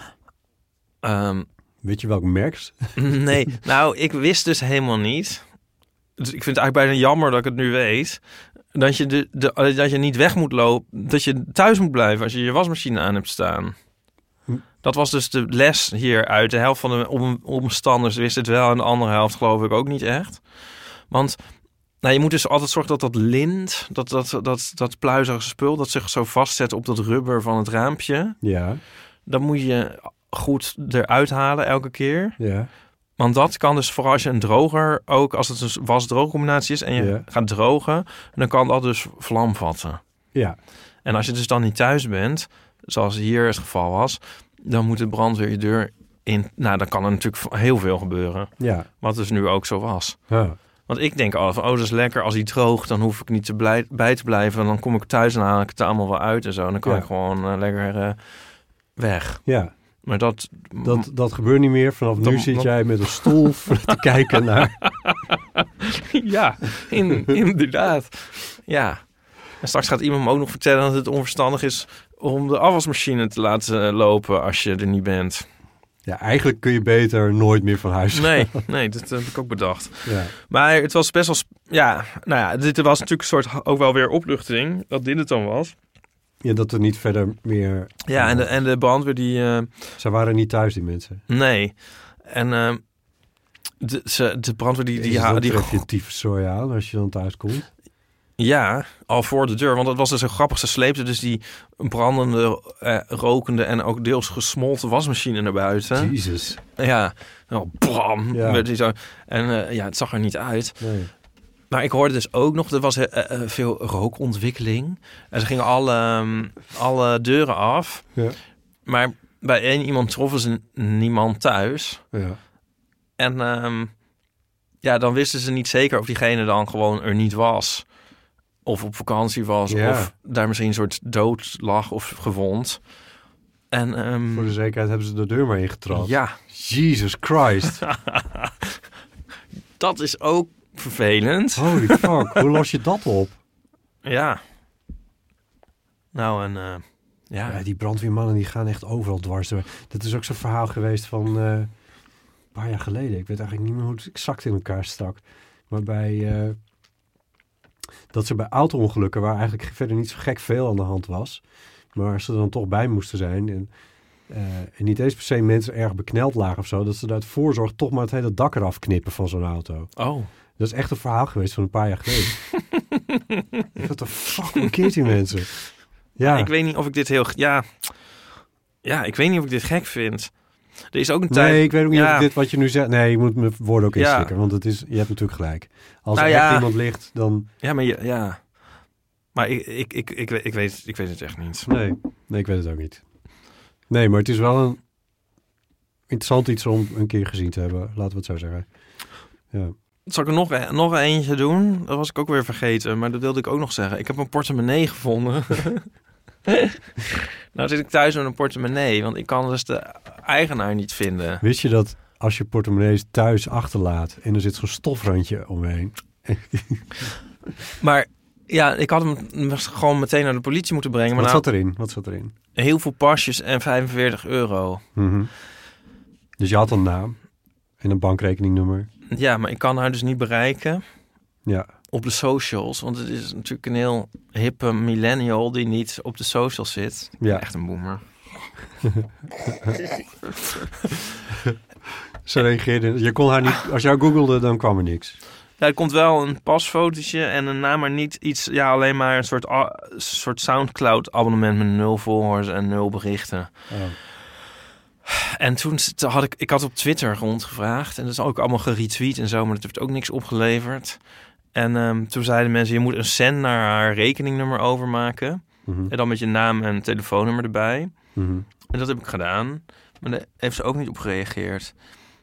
Weet je welk merk? Nee, nou, ik wist dus helemaal niet. Dus ik vind het eigenlijk bijna jammer dat ik het nu weet. dat je niet weg moet lopen, dat je thuis moet blijven als je je wasmachine aan hebt staan. Dat was dus de les hieruit. De helft van de omstanders wist het wel en de andere helft geloof ik ook niet echt. Want je moet dus altijd zorgen dat dat lint, dat pluizige spul, dat zich zo vastzet op dat rubber van het raampje. Ja. Dat moet je goed eruit halen elke keer. Ja. Want dat kan dus vooral als je een droger, ook als het een was-droog combinatie is en je gaat drogen, dan kan dat dus vlam vatten. Ja. En als je dus dan niet thuis bent, zoals hier het geval was, dan moet de brandweer je deur in. Nou, dan kan er natuurlijk heel veel gebeuren. Ja. Wat dus nu ook zo was. Huh. Want ik denk al van, dat is lekker. Als hij droogt, dan hoef ik niet bij te blijven. Dan kom ik thuis en haal ik het er allemaal wel uit en zo. En dan kan ik gewoon lekker weg. Ja. Maar dat gebeurt niet meer. Vanaf nu zit jij met een stoel te kijken naar... Ja, inderdaad. Ja. En straks gaat iemand me ook nog vertellen dat het onverstandig is om de afwasmachine te laten lopen als je er niet bent. Ja, eigenlijk kun je beter nooit meer van huis gaan. Nee, dat heb ik ook bedacht. Ja. Maar het was best wel... dit was natuurlijk een soort ook wel weer opluchting, dat dit het dan was. Ja, dat er niet verder meer... Ja, en de brandweer die... Ze waren niet thuis, die mensen. Nee. En de brandweer die tref je tyfuszooi aan als je dan thuis komt. Ja, al voor de deur. Want dat was dus zo grappig. Ze sleepte dus die brandende, rokende en ook deels gesmolten wasmachine naar buiten. Jezus. Ja, bam. Ja. Werd die zo. En het zag er niet uit. Nee. Maar ik hoorde dus ook nog, er was veel rookontwikkeling. En ze gingen alle deuren af. Ja. Maar bij één iemand troffen ze niemand thuis. Ja. En dan wisten ze niet zeker of diegene dan gewoon er niet was. Of op vakantie was. Ja. Of daar misschien een soort dood lag of gewond. En, voor de zekerheid hebben ze de deur maar ingetrapt. Ja. Jesus Christ. Dat is ook vervelend. Holy fuck, hoe los je dat op? Ja. Nou, en ja, die brandweermannen die gaan echt overal dwars door. Dat is ook zo'n verhaal geweest van een paar jaar geleden. Ik weet eigenlijk niet meer hoe het exact in elkaar stak. Maar dat ze bij auto-ongelukken, waar eigenlijk verder niet zo gek veel aan de hand was, maar ze er dan toch bij moesten zijn. En niet eens per se mensen erg bekneld lagen of zo, dat ze uit voorzorg toch maar het hele dak eraf knippen van zo'n auto. Oh. Dat is echt een verhaal geweest van een paar jaar geleden. Wat de fuck mankeert die mensen? Ja. Ik weet niet of ik dit heel... Ja, ik weet niet of ik dit gek vind. Er is ook een tijd... Nee, ik weet ook niet of dit wat je nu zegt... Nee, je moet mijn woorden ook inslikken, want je hebt natuurlijk gelijk. Als er echt iemand ligt, dan... Ja, maar ja. Maar ik weet het echt niet. Nee, ik weet het ook niet. Nee, maar het is wel een interessant iets om een keer gezien te hebben. Laten we het zo zeggen. Ja. Zal ik er nog eentje doen? Dat was ik ook weer vergeten, maar dat wilde ik ook nog zeggen. Ik heb een portemonnee gevonden. Nou zit ik thuis met een portemonnee, want ik kan dus de eigenaar niet vinden. Wist je dat als je portemonnees thuis achterlaat en er zit zo'n stofrandje omheen? Maar ja, ik had hem gewoon meteen naar de politie moeten brengen. Maar Wat zat erin? Heel veel pasjes en €45. Mm-hmm. Dus je had een naam en een bankrekeningnummer. Ja, maar ik kan haar dus niet bereiken. Ja. Op de socials, want het is natuurlijk een heel hippe millennial die niet op de socials zit. Ja. Echt een boomer. Ze reageerde. Je kon haar niet. Als jij googelde, dan kwam er niks. Ja, er komt wel een pasfotootje en een naam, maar niet iets. Ja, alleen maar een soort SoundCloud-abonnement met 0 volgers en 0 berichten. Oh. En toen had ik had op Twitter rondgevraagd en dat is ook allemaal geretweet en zo, maar dat heeft ook niks opgeleverd. En toen zeiden mensen, je moet een cent naar haar rekeningnummer overmaken. Mm-hmm. En dan met je naam en telefoonnummer erbij. Mm-hmm. En dat heb ik gedaan. Maar daar heeft ze ook niet op gereageerd.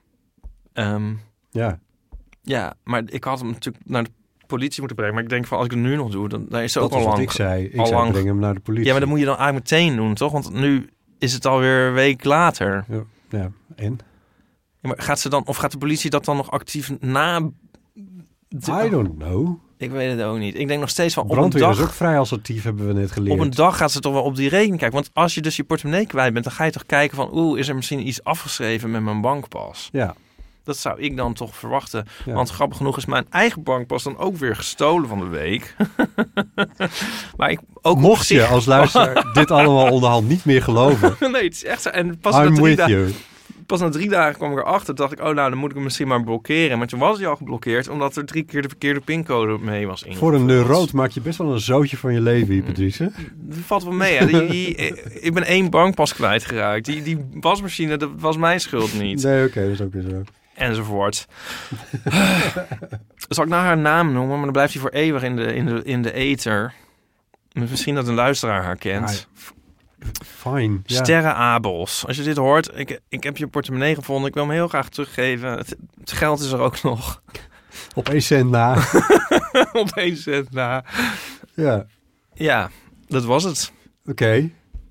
Ja. Ja, maar ik had hem natuurlijk naar de politie moeten brengen. Maar ik denk van, als ik het nu nog doe, dan is ze dat ook al lang. Dat ik zei. Ik zei, breng hem naar de politie. Ja, maar dat moet je dan eigenlijk meteen doen, toch? Want nu is het alweer een week later. Ja. En? Ja, maar gaat de politie dat dan nog actief na... I don't know. Ik weet het ook niet. Ik denk nog steeds van... Brandweer is ook vrij assertief, hebben we net geleerd. Op een dag gaat ze toch wel op die rekening kijken. Want als je dus je portemonnee kwijt bent, dan ga je toch kijken van... is er misschien iets afgeschreven met mijn bankpas? Ja. Dat zou ik dan toch verwachten. Ja. Want grappig genoeg is mijn eigen bankpas dan ook weer gestolen van de week. Maar ik ook op Mocht je zich- als luisteraar dit allemaal onderhand niet meer geloven, Nee, het is echt zo. En pas na 3 dagen kwam ik erachter. Dacht ik, oh nou, dan moet ik hem misschien maar blokkeren. Maar toen was hij al geblokkeerd, omdat er 3 keer de verkeerde pincode mee was ingevuld. voor een neuroot maak je best wel een zootje van je leven hier, Patrice. Dat valt wel mee. Hè? Ik ben 1 bankpas kwijtgeraakt. Die wasmachine, dat was mijn schuld niet. Nee, oké, dat is ook weer zo. Enzovoort. Zal ik nou haar naam noemen? Maar dan blijft hij voor eeuwig in de ether. Misschien dat een luisteraar haar kent. Fine. Ja. Sterre Abels. Als je dit hoort, ik heb je portemonnee gevonden. Ik wil hem heel graag teruggeven. Het geld is er ook nog. Op 1 cent na. Op 1 cent na. Ja, Ja, dat was het. oké.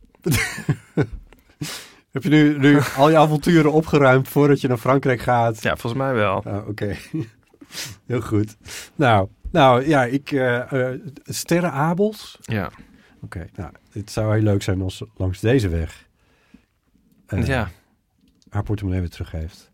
Heb je nu al je avonturen opgeruimd voordat je naar Frankrijk gaat? Ja, volgens mij wel. Oh, oké. Heel goed. Nou ja, Sterre Abels. Ja. Oké, nou, het zou heel leuk zijn als ze langs deze weg Ja. haar portemonnee weer teruggeeft.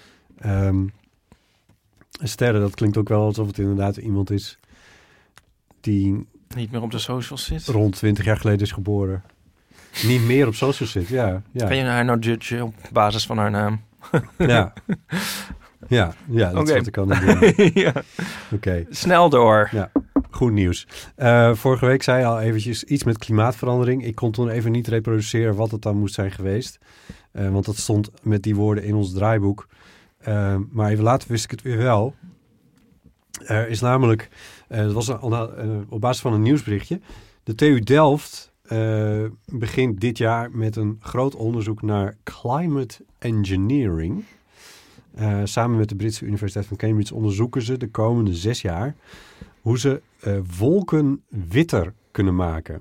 Sterre, dat klinkt ook wel alsof het inderdaad iemand is die Niet meer op de socials zit. rond 20 jaar geleden is geboren. Niet meer op social zit, ja. Kan je haar nou judgen op basis van haar naam? Ja. Ja, dat Oké. is wat ik kan doen. Ja. Oké, Snel door. ja. Goed nieuws. Vorige week zei je al eventjes iets met klimaatverandering. Ik kon toen even niet reproduceren wat het dan moest zijn geweest. Want dat stond met die woorden in ons draaiboek. Maar even later wist ik het weer wel. Er is namelijk, dat was op basis van een nieuwsberichtje. De TU Delft begint dit jaar met een groot onderzoek naar climate engineering. Samen met de Britse Universiteit van Cambridge onderzoeken ze de komende 6 jaar hoe ze wolken witter kunnen maken.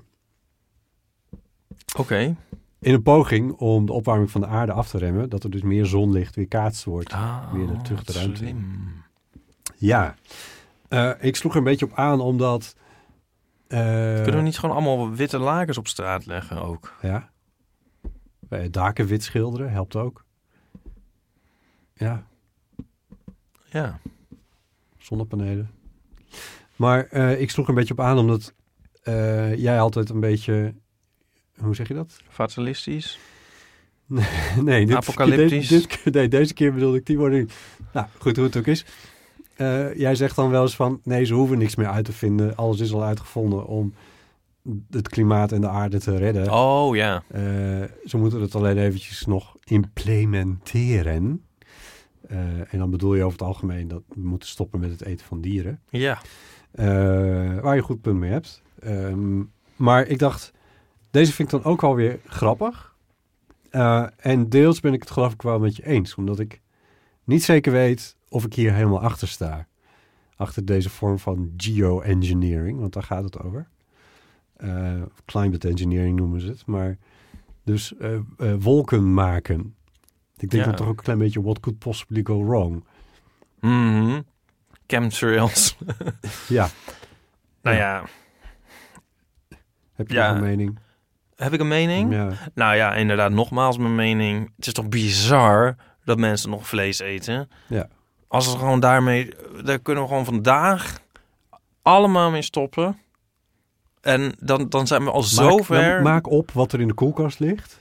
Oké. In een poging om de opwarming van de aarde af te remmen, dat er dus meer zonlicht weerkaatst wordt. Weer terug de ruimte in. slim. Ja, ik sloeg er een beetje op aan omdat... Kunnen we niet gewoon allemaal witte lakens op straat leggen ook? Ja. Daken wit schilderen helpt ook. Ja, Ja. zonnepanelen. Maar ik sloeg er een beetje op aan omdat jij altijd een beetje... Hoe zeg je dat? Fatalistisch. Nee, Apocalyptisch. deze keer bedoelde ik die woorden niet. Nou, goed, hoe het ook is. Jij zegt dan wel eens van... Nee, ze hoeven niks meer uit te vinden. Alles is al uitgevonden om het klimaat en de aarde te redden. Oh ja. Ze moeten het alleen eventjes nog implementeren. En dan bedoel je over het algemeen dat we moeten stoppen met het eten van dieren. Ja. Waar je een goed punt mee hebt. Maar ik dacht, deze vind ik dan ook alweer grappig. En deels ben ik het geloof ik wel met je eens. Omdat ik niet zeker weet of ik hier helemaal achter sta. Achter deze vorm van geoengineering, want daar gaat het over. Climate engineering noemen ze het. Maar dus wolken maken. Ik denk dan toch ook een klein beetje what could possibly go wrong. Mhm. Chemtrails. Ja. Nou ja. Heb je Ja. nog een mening? Heb ik een mening? Ja. Nou ja, inderdaad, nogmaals mijn mening. Het is toch bizar dat mensen nog vlees eten? Ja. Als we gewoon daarmee... Daar kunnen we gewoon vandaag allemaal mee stoppen. En dan zijn we al zo ver. Maak op wat er in de koelkast ligt.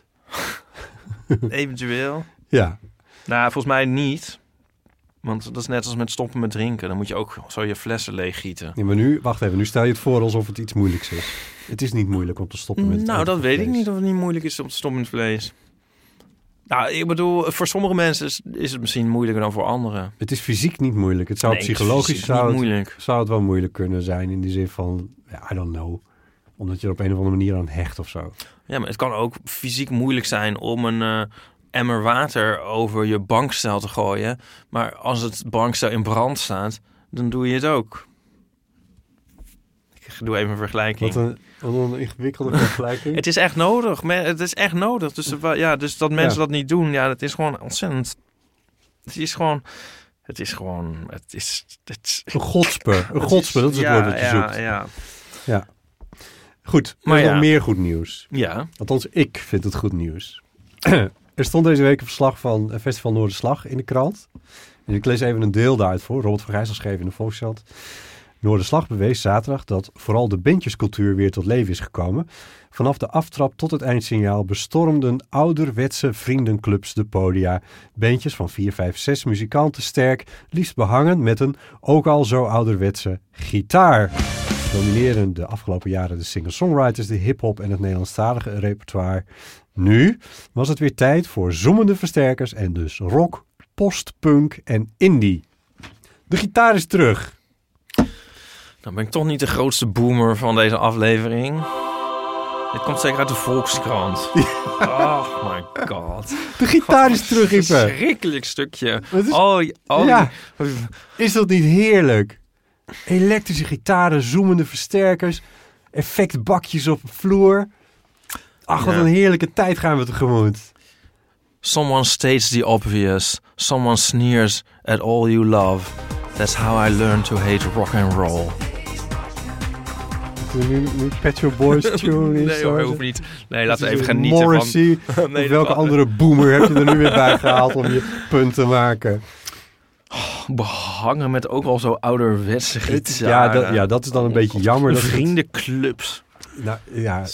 Eventueel. Ja. Nou, volgens mij niet. Want dat is net als met stoppen met drinken. Dan moet je ook zo je flessen leeggieten. Ja, maar nu, wacht even, nu stel je het voor alsof het iets moeilijks is. Het is niet moeilijk om te stoppen met het Nou, eten dat van weet ik vlees. niet of het niet moeilijk is om te stoppen met vlees. Nou, ik bedoel, voor sommige mensen is het misschien moeilijker dan voor anderen. Het is fysiek niet moeilijk. Het zou Nee, psychologisch het is niet moeilijk. zou het wel moeilijk kunnen zijn in die zin van, ja, I don't know. Omdat je er op een of andere manier aan hecht of zo. Ja, maar het kan ook fysiek moeilijk zijn om een emmer water over je bankstel te gooien. Maar als het bankstel in brand staat, dan doe je het ook. Ik doe even een vergelijking. Wat een ingewikkelde vergelijking. Het is echt nodig. Het is echt nodig. Dus, dus dat mensen dat niet doen, ja, dat is gewoon ontzettend. Het is gewoon. Een godspe. Een godspe, dat is het woord dat je zoekt. Ja. Goed, maar nog meer goed nieuws. Ja. Althans, ik vind het goed nieuws. Er stond deze week een verslag van Festival Noorderslag in de krant. En ik lees even een deel daaruit voor. Robert van Gijsel schreef in de Volkskrant. Noorderslag bewees zaterdag dat vooral de bandjescultuur weer tot leven is gekomen. Vanaf de aftrap tot het eindsignaal bestormden ouderwetse vriendenclubs de podia. Bandjes van 4, 5, 6 muzikanten sterk, liefst behangen met een ook al zo ouderwetse gitaar. Domineren de afgelopen jaren de singer-songwriters, de hip-hop en het Nederlandstalige repertoire. Nu was het weer tijd voor zoemende versterkers en dus rock, postpunk en indie. De gitaar is terug. Dan ben ik toch niet de grootste boomer van deze aflevering. Dit komt zeker uit de Volkskrant. Oh my god. De gitaar is terug, Ipe. Verschrikkelijk stukje. Ja. Is dat niet heerlijk? Elektrische gitaren, zoemende versterkers, effectbakjes op de vloer. Ach, wat een heerlijke tijd gaan we tegemoet. Someone states the obvious. Someone sneers at all you love. That's how I learned to hate rock and roll. Nu Pet Shop Boys tune is. Nee hoor, hoeft niet. Nee, laten we even genieten Morrissey, van... Nee, welke andere boomer heb je er nu weer bij gehaald om je punt te maken? Behangen met ook al zo ouderwetse gitaren. Ja, dat is dan een beetje jammer. Vriendenclubs. Nou, ja.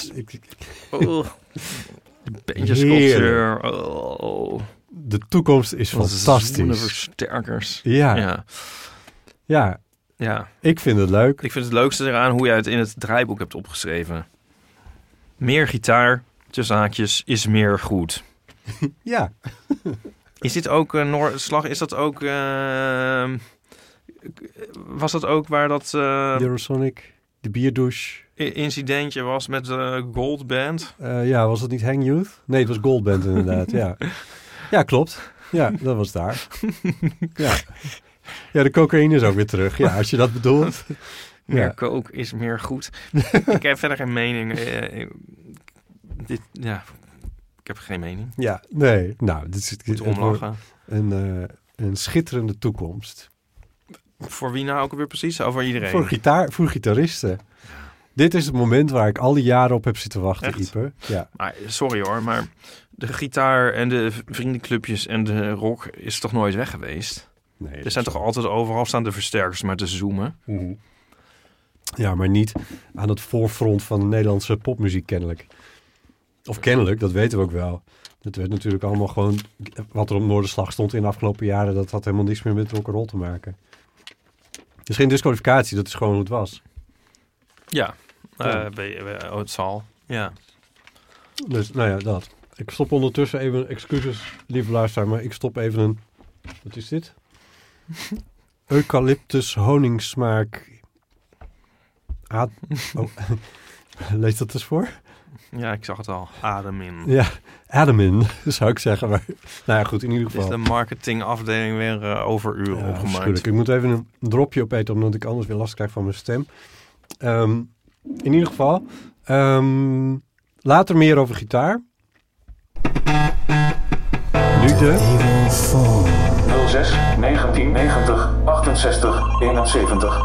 Bandjescultuur. De toekomst is fantastisch. Versterkers. Ja. Ik vind het leuk. Ik vind het leukste eraan hoe jij het in het draaiboek hebt opgeschreven. Meer gitaar, tussen haakjes, is meer goed. Ja. Is dit ook Noorderslag? Is dat ook... was dat ook waar dat... Eurosonic, de bierdouche... incidentje was met de Gold Band? Was dat niet Hang Youth? Nee, het was Gold Band inderdaad, ja. Ja, klopt. Ja, dat was daar. Ja, de cocaïne is ook weer terug. Ja, als je dat bedoelt. Meer coke is meer goed. Ik heb verder geen mening. Ik heb geen mening. Ja, nee. Nou, dit is omlachen. Een schitterende toekomst. Voor wie nou ook weer precies? Over iedereen? Voor gitaristen. Dit is het moment waar ik al die jaren op heb zitten wachten, Ipe. Ja. Maar, sorry hoor, maar de gitaar en de vriendenclubjes en de rock is toch nooit weg geweest? Nee, er zijn toch altijd overal staan de versterkers maar te zoomen? Mm-hmm. Ja, maar niet aan het voorfront van de Nederlandse popmuziek kennelijk. Of kennelijk, dat weten we ook wel. Dat werd natuurlijk allemaal gewoon... Wat er op Noorderslag stond in de afgelopen jaren... dat had helemaal niks meer met rock'n'roll te maken. Het is geen disqualificatie, dat is gewoon hoe het was. Ja, het zal. Ja. Dus, nou ja, dat. Ik stop ondertussen even... Excuses, lieve luisteraar, maar ik stop even een... Wat is dit? Eucalyptus honingsmaak... Lees dat eens voor? Ja, ik zag het al. Ademin. Ja, Ademin, zou ik zeggen. Maar, nou ja, goed, in ieder geval. Is de marketingafdeling weer overuren opgemaakt. Ik moet even een dropje opeten, omdat ik anders weer last krijg van mijn stem. In ieder geval, later meer over gitaar. Nu de... 06 1990 68 71.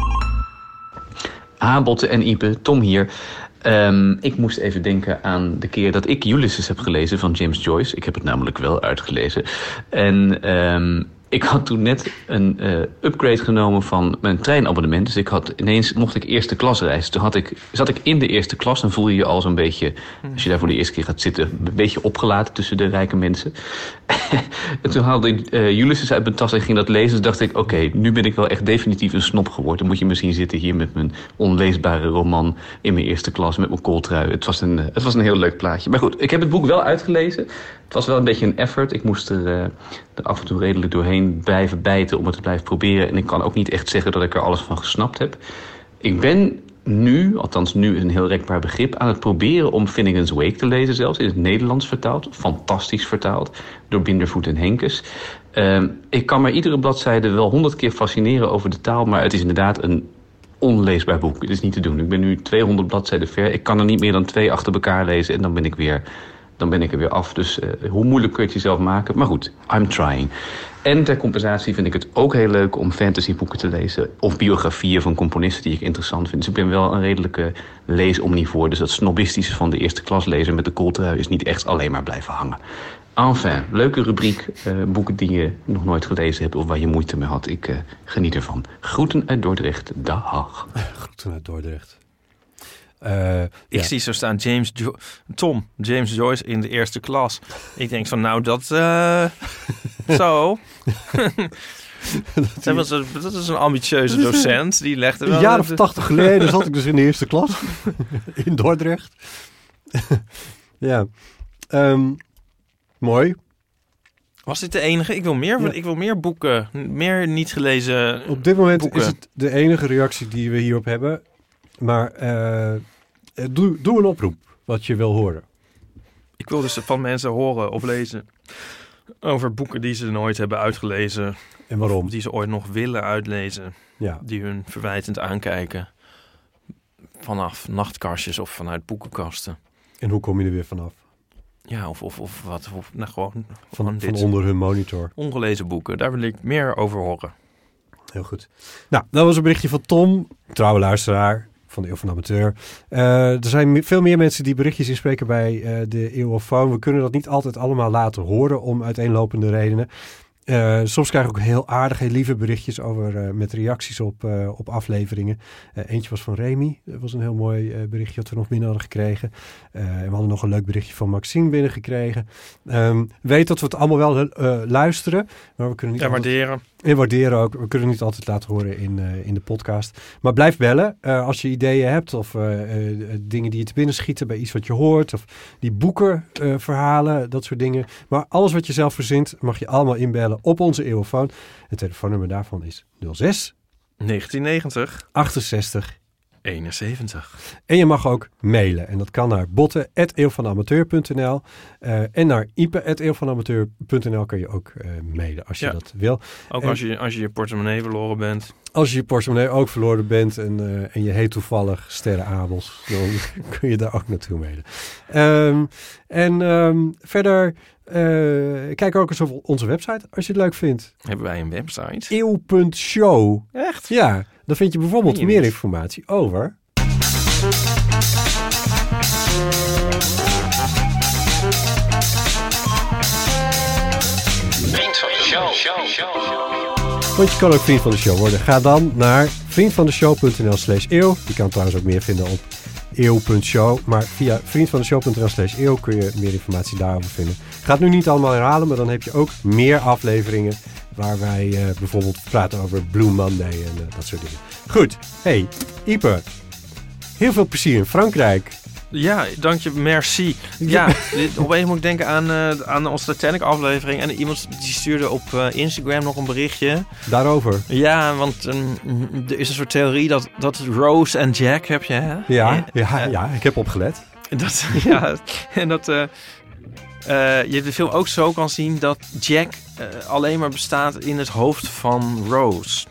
Botte en Ipe, Tom hier. Ik moest even denken aan de keer dat ik Ulysses heb gelezen van James Joyce. Ik heb het namelijk wel uitgelezen. En ik had toen net een upgrade genomen van mijn treinabonnement. Dus mocht ik eerste klas reizen. Toen zat ik in de eerste klas. Dan voel je je al zo'n beetje, als je daar voor de eerste keer gaat zitten, een beetje opgelaten tussen de rijke mensen. En toen haalde ik Ulysses uit mijn tas en ging dat lezen. Dus dacht ik, oké, nu ben ik wel echt definitief een snop geworden. Dan moet je me zien zitten hier met mijn onleesbare roman in mijn eerste klas met mijn kooltrui. Het was een heel leuk plaatje. Maar goed, ik heb het boek wel uitgelezen. Het was wel een beetje een effort. Ik moest er af en toe redelijk doorheen blijven bijten om het te blijven proberen. En ik kan ook niet echt zeggen dat ik er alles van gesnapt heb. Ik ben nu, althans nu is een heel rekbaar begrip, aan het proberen om Finnegan's Wake te lezen zelfs. In het Nederlands vertaald. Fantastisch vertaald. Door Bindervoet en Henkes. Ik kan maar iedere bladzijde wel 100 keer fascineren over de taal. Maar het is inderdaad een onleesbaar boek. Het is niet te doen. Ik ben nu 200 bladzijden ver. Ik kan er niet meer dan 2 achter elkaar lezen. En dan ben ik er weer af. Dus hoe moeilijk kun je het jezelf maken? Maar goed, I'm trying. En ter compensatie vind ik het ook heel leuk om fantasyboeken te lezen. Of biografieën van componisten die ik interessant vind. Dus ik ben wel een redelijke leesomnivoor. Dus dat snobistische van de eerste klaslezer met de kooltrui is niet echt alleen maar blijven hangen. Enfin, leuke rubriek. Boeken die je nog nooit gelezen hebt of waar je moeite mee had. Ik geniet ervan. Groeten uit Dordrecht. Dag. Groeten uit Dordrecht. Ik zie zo staan James Joyce in de eerste klas. Ik denk van nou dat zo. Dat is een ambitieuze docent. Die legde wel... Een jaar of 80 geleden zat ik dus in de eerste klas. In Dordrecht. Ja. Mooi. Was dit de enige? Ik wil meer, Ja. ik wil meer boeken. Meer niet gelezen Op dit moment boeken. is het de enige reactie die we hierop hebben. Maar doe een oproep wat je wil horen. Ik wil dus van mensen horen of lezen over boeken die ze nooit hebben uitgelezen. En waarom? Die ze ooit nog willen uitlezen. Ja. Die hun verwijtend aankijken. Vanaf nachtkastjes of vanuit boekenkasten. En hoe kom je er weer vanaf? Ja, of wat. Nou, gewoon Van dit. onder hun monitor. Ongelezen boeken. Daar wil ik meer over horen. Heel goed. Nou, dat was een berichtje van Tom, trouwe luisteraar van de Eeuw van de Amateur. Er zijn veel meer mensen die berichtjes inspreken bij de Eeuwofoon. We kunnen dat niet altijd allemaal laten horen om uiteenlopende redenen. Soms krijg ik ook heel aardig, heel lieve berichtjes over met reacties op afleveringen. Eentje was van Remy. Dat was een heel mooi berichtje dat we nog binnen hadden gekregen. En we hadden nog een leuk berichtje van Maxime binnengekregen. Weet dat we het allemaal wel luisteren. Maar we kunnen niet waarderen. En waarderen ook. We kunnen het niet altijd laten horen in de podcast. Maar blijf bellen als je ideeën hebt of dingen die je te binnen schieten bij iets wat je hoort. Of die boeken, verhalen, dat soort dingen. Maar alles wat je zelf verzint mag je allemaal inbellen op onze Eeuwofoon. Het telefoonnummer daarvan is 06 1990 68 71. En je mag ook mailen. En dat kan naar botten@eeuwvanamateur.nl en naar ipe@eeuwvanamateur.nl kan je ook mailen als je dat wil. Ook en, als je je portemonnee verloren bent. Als je je portemonnee ook verloren bent en je heet toevallig Sterre Abels, dan kun je daar ook naartoe mailen. Verder kijk ook eens op onze website als je het leuk vindt. Hebben wij een website? Eeuw.show. Echt? Ja, dan vind je bijvoorbeeld meer informatie over... Vriend van de show. Want je kan ook vriend van de show worden. Ga dan naar vriendvandeshow.nl/eeuw. Je kan trouwens ook meer vinden op eeuw.show. Maar via vriendvandeshow.nl/eeuw kun je meer informatie daarover vinden. Ik ga het nu niet allemaal herhalen, maar dan heb je ook meer afleveringen waar wij bijvoorbeeld praten over Blue Monday en dat soort dingen. Goed. Hey, Ipe. Heel veel plezier in Frankrijk. Ja, dank je, merci. Ja, opeens moet ik denken aan onze Titanic-aflevering. En iemand die stuurde op Instagram nog een berichtje. Daarover? Ja, want er is een soort theorie dat Rose en Jack heb je, hè? Ja, ik heb opgelet. En dat je de film ook zo kan zien dat Jack alleen maar bestaat in het hoofd van Rose.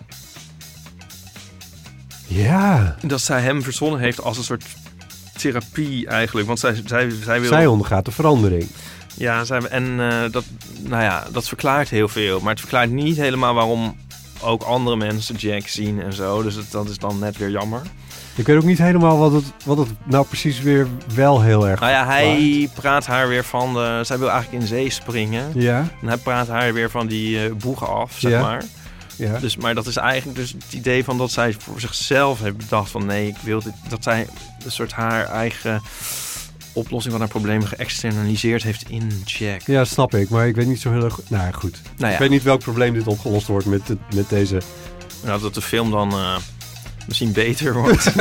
Ja. Dat zij hem verzonnen heeft als een soort therapie eigenlijk. Want zij wil... Zij ondergaat de verandering. Ja, dat verklaart heel veel. Maar het verklaart niet helemaal waarom ook andere mensen Jack zien en zo. Dus dat is dan net weer jammer. Ik weet ook niet helemaal wat het nou precies weer wel heel erg... Nou ja, hij praat haar weer van... zij wil eigenlijk in zee springen. Ja. En hij praat haar weer van die boegen af, zeg maar. Ja. Dus, maar dat is eigenlijk dus het idee van dat zij voor zichzelf heeft bedacht van... nee, ik wil dit... Dat zij een soort haar eigen oplossing van haar problemen geëxternaliseerd heeft in Jack. Ja, snap ik. Maar ik weet niet zo heel erg... Nou goed. Nou ja. Ik weet niet welk probleem dit opgelost wordt met deze... Nou, dat de film dan... misschien beter wordt.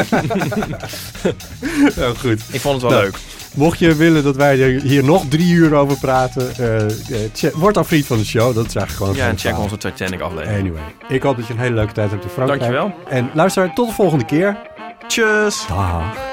Nou, goed. Ik vond het wel leuk. Mocht je willen dat wij er hier nog 3 uur over praten... word dan vriend van de show. Dat is eigenlijk gewoon... Ja, en check onze Titanic-aflevering. Anyway, ik hoop dat je een hele leuke tijd hebt in Frankrijk. Dankjewel. En luister, tot de volgende keer. Tjus. Dag.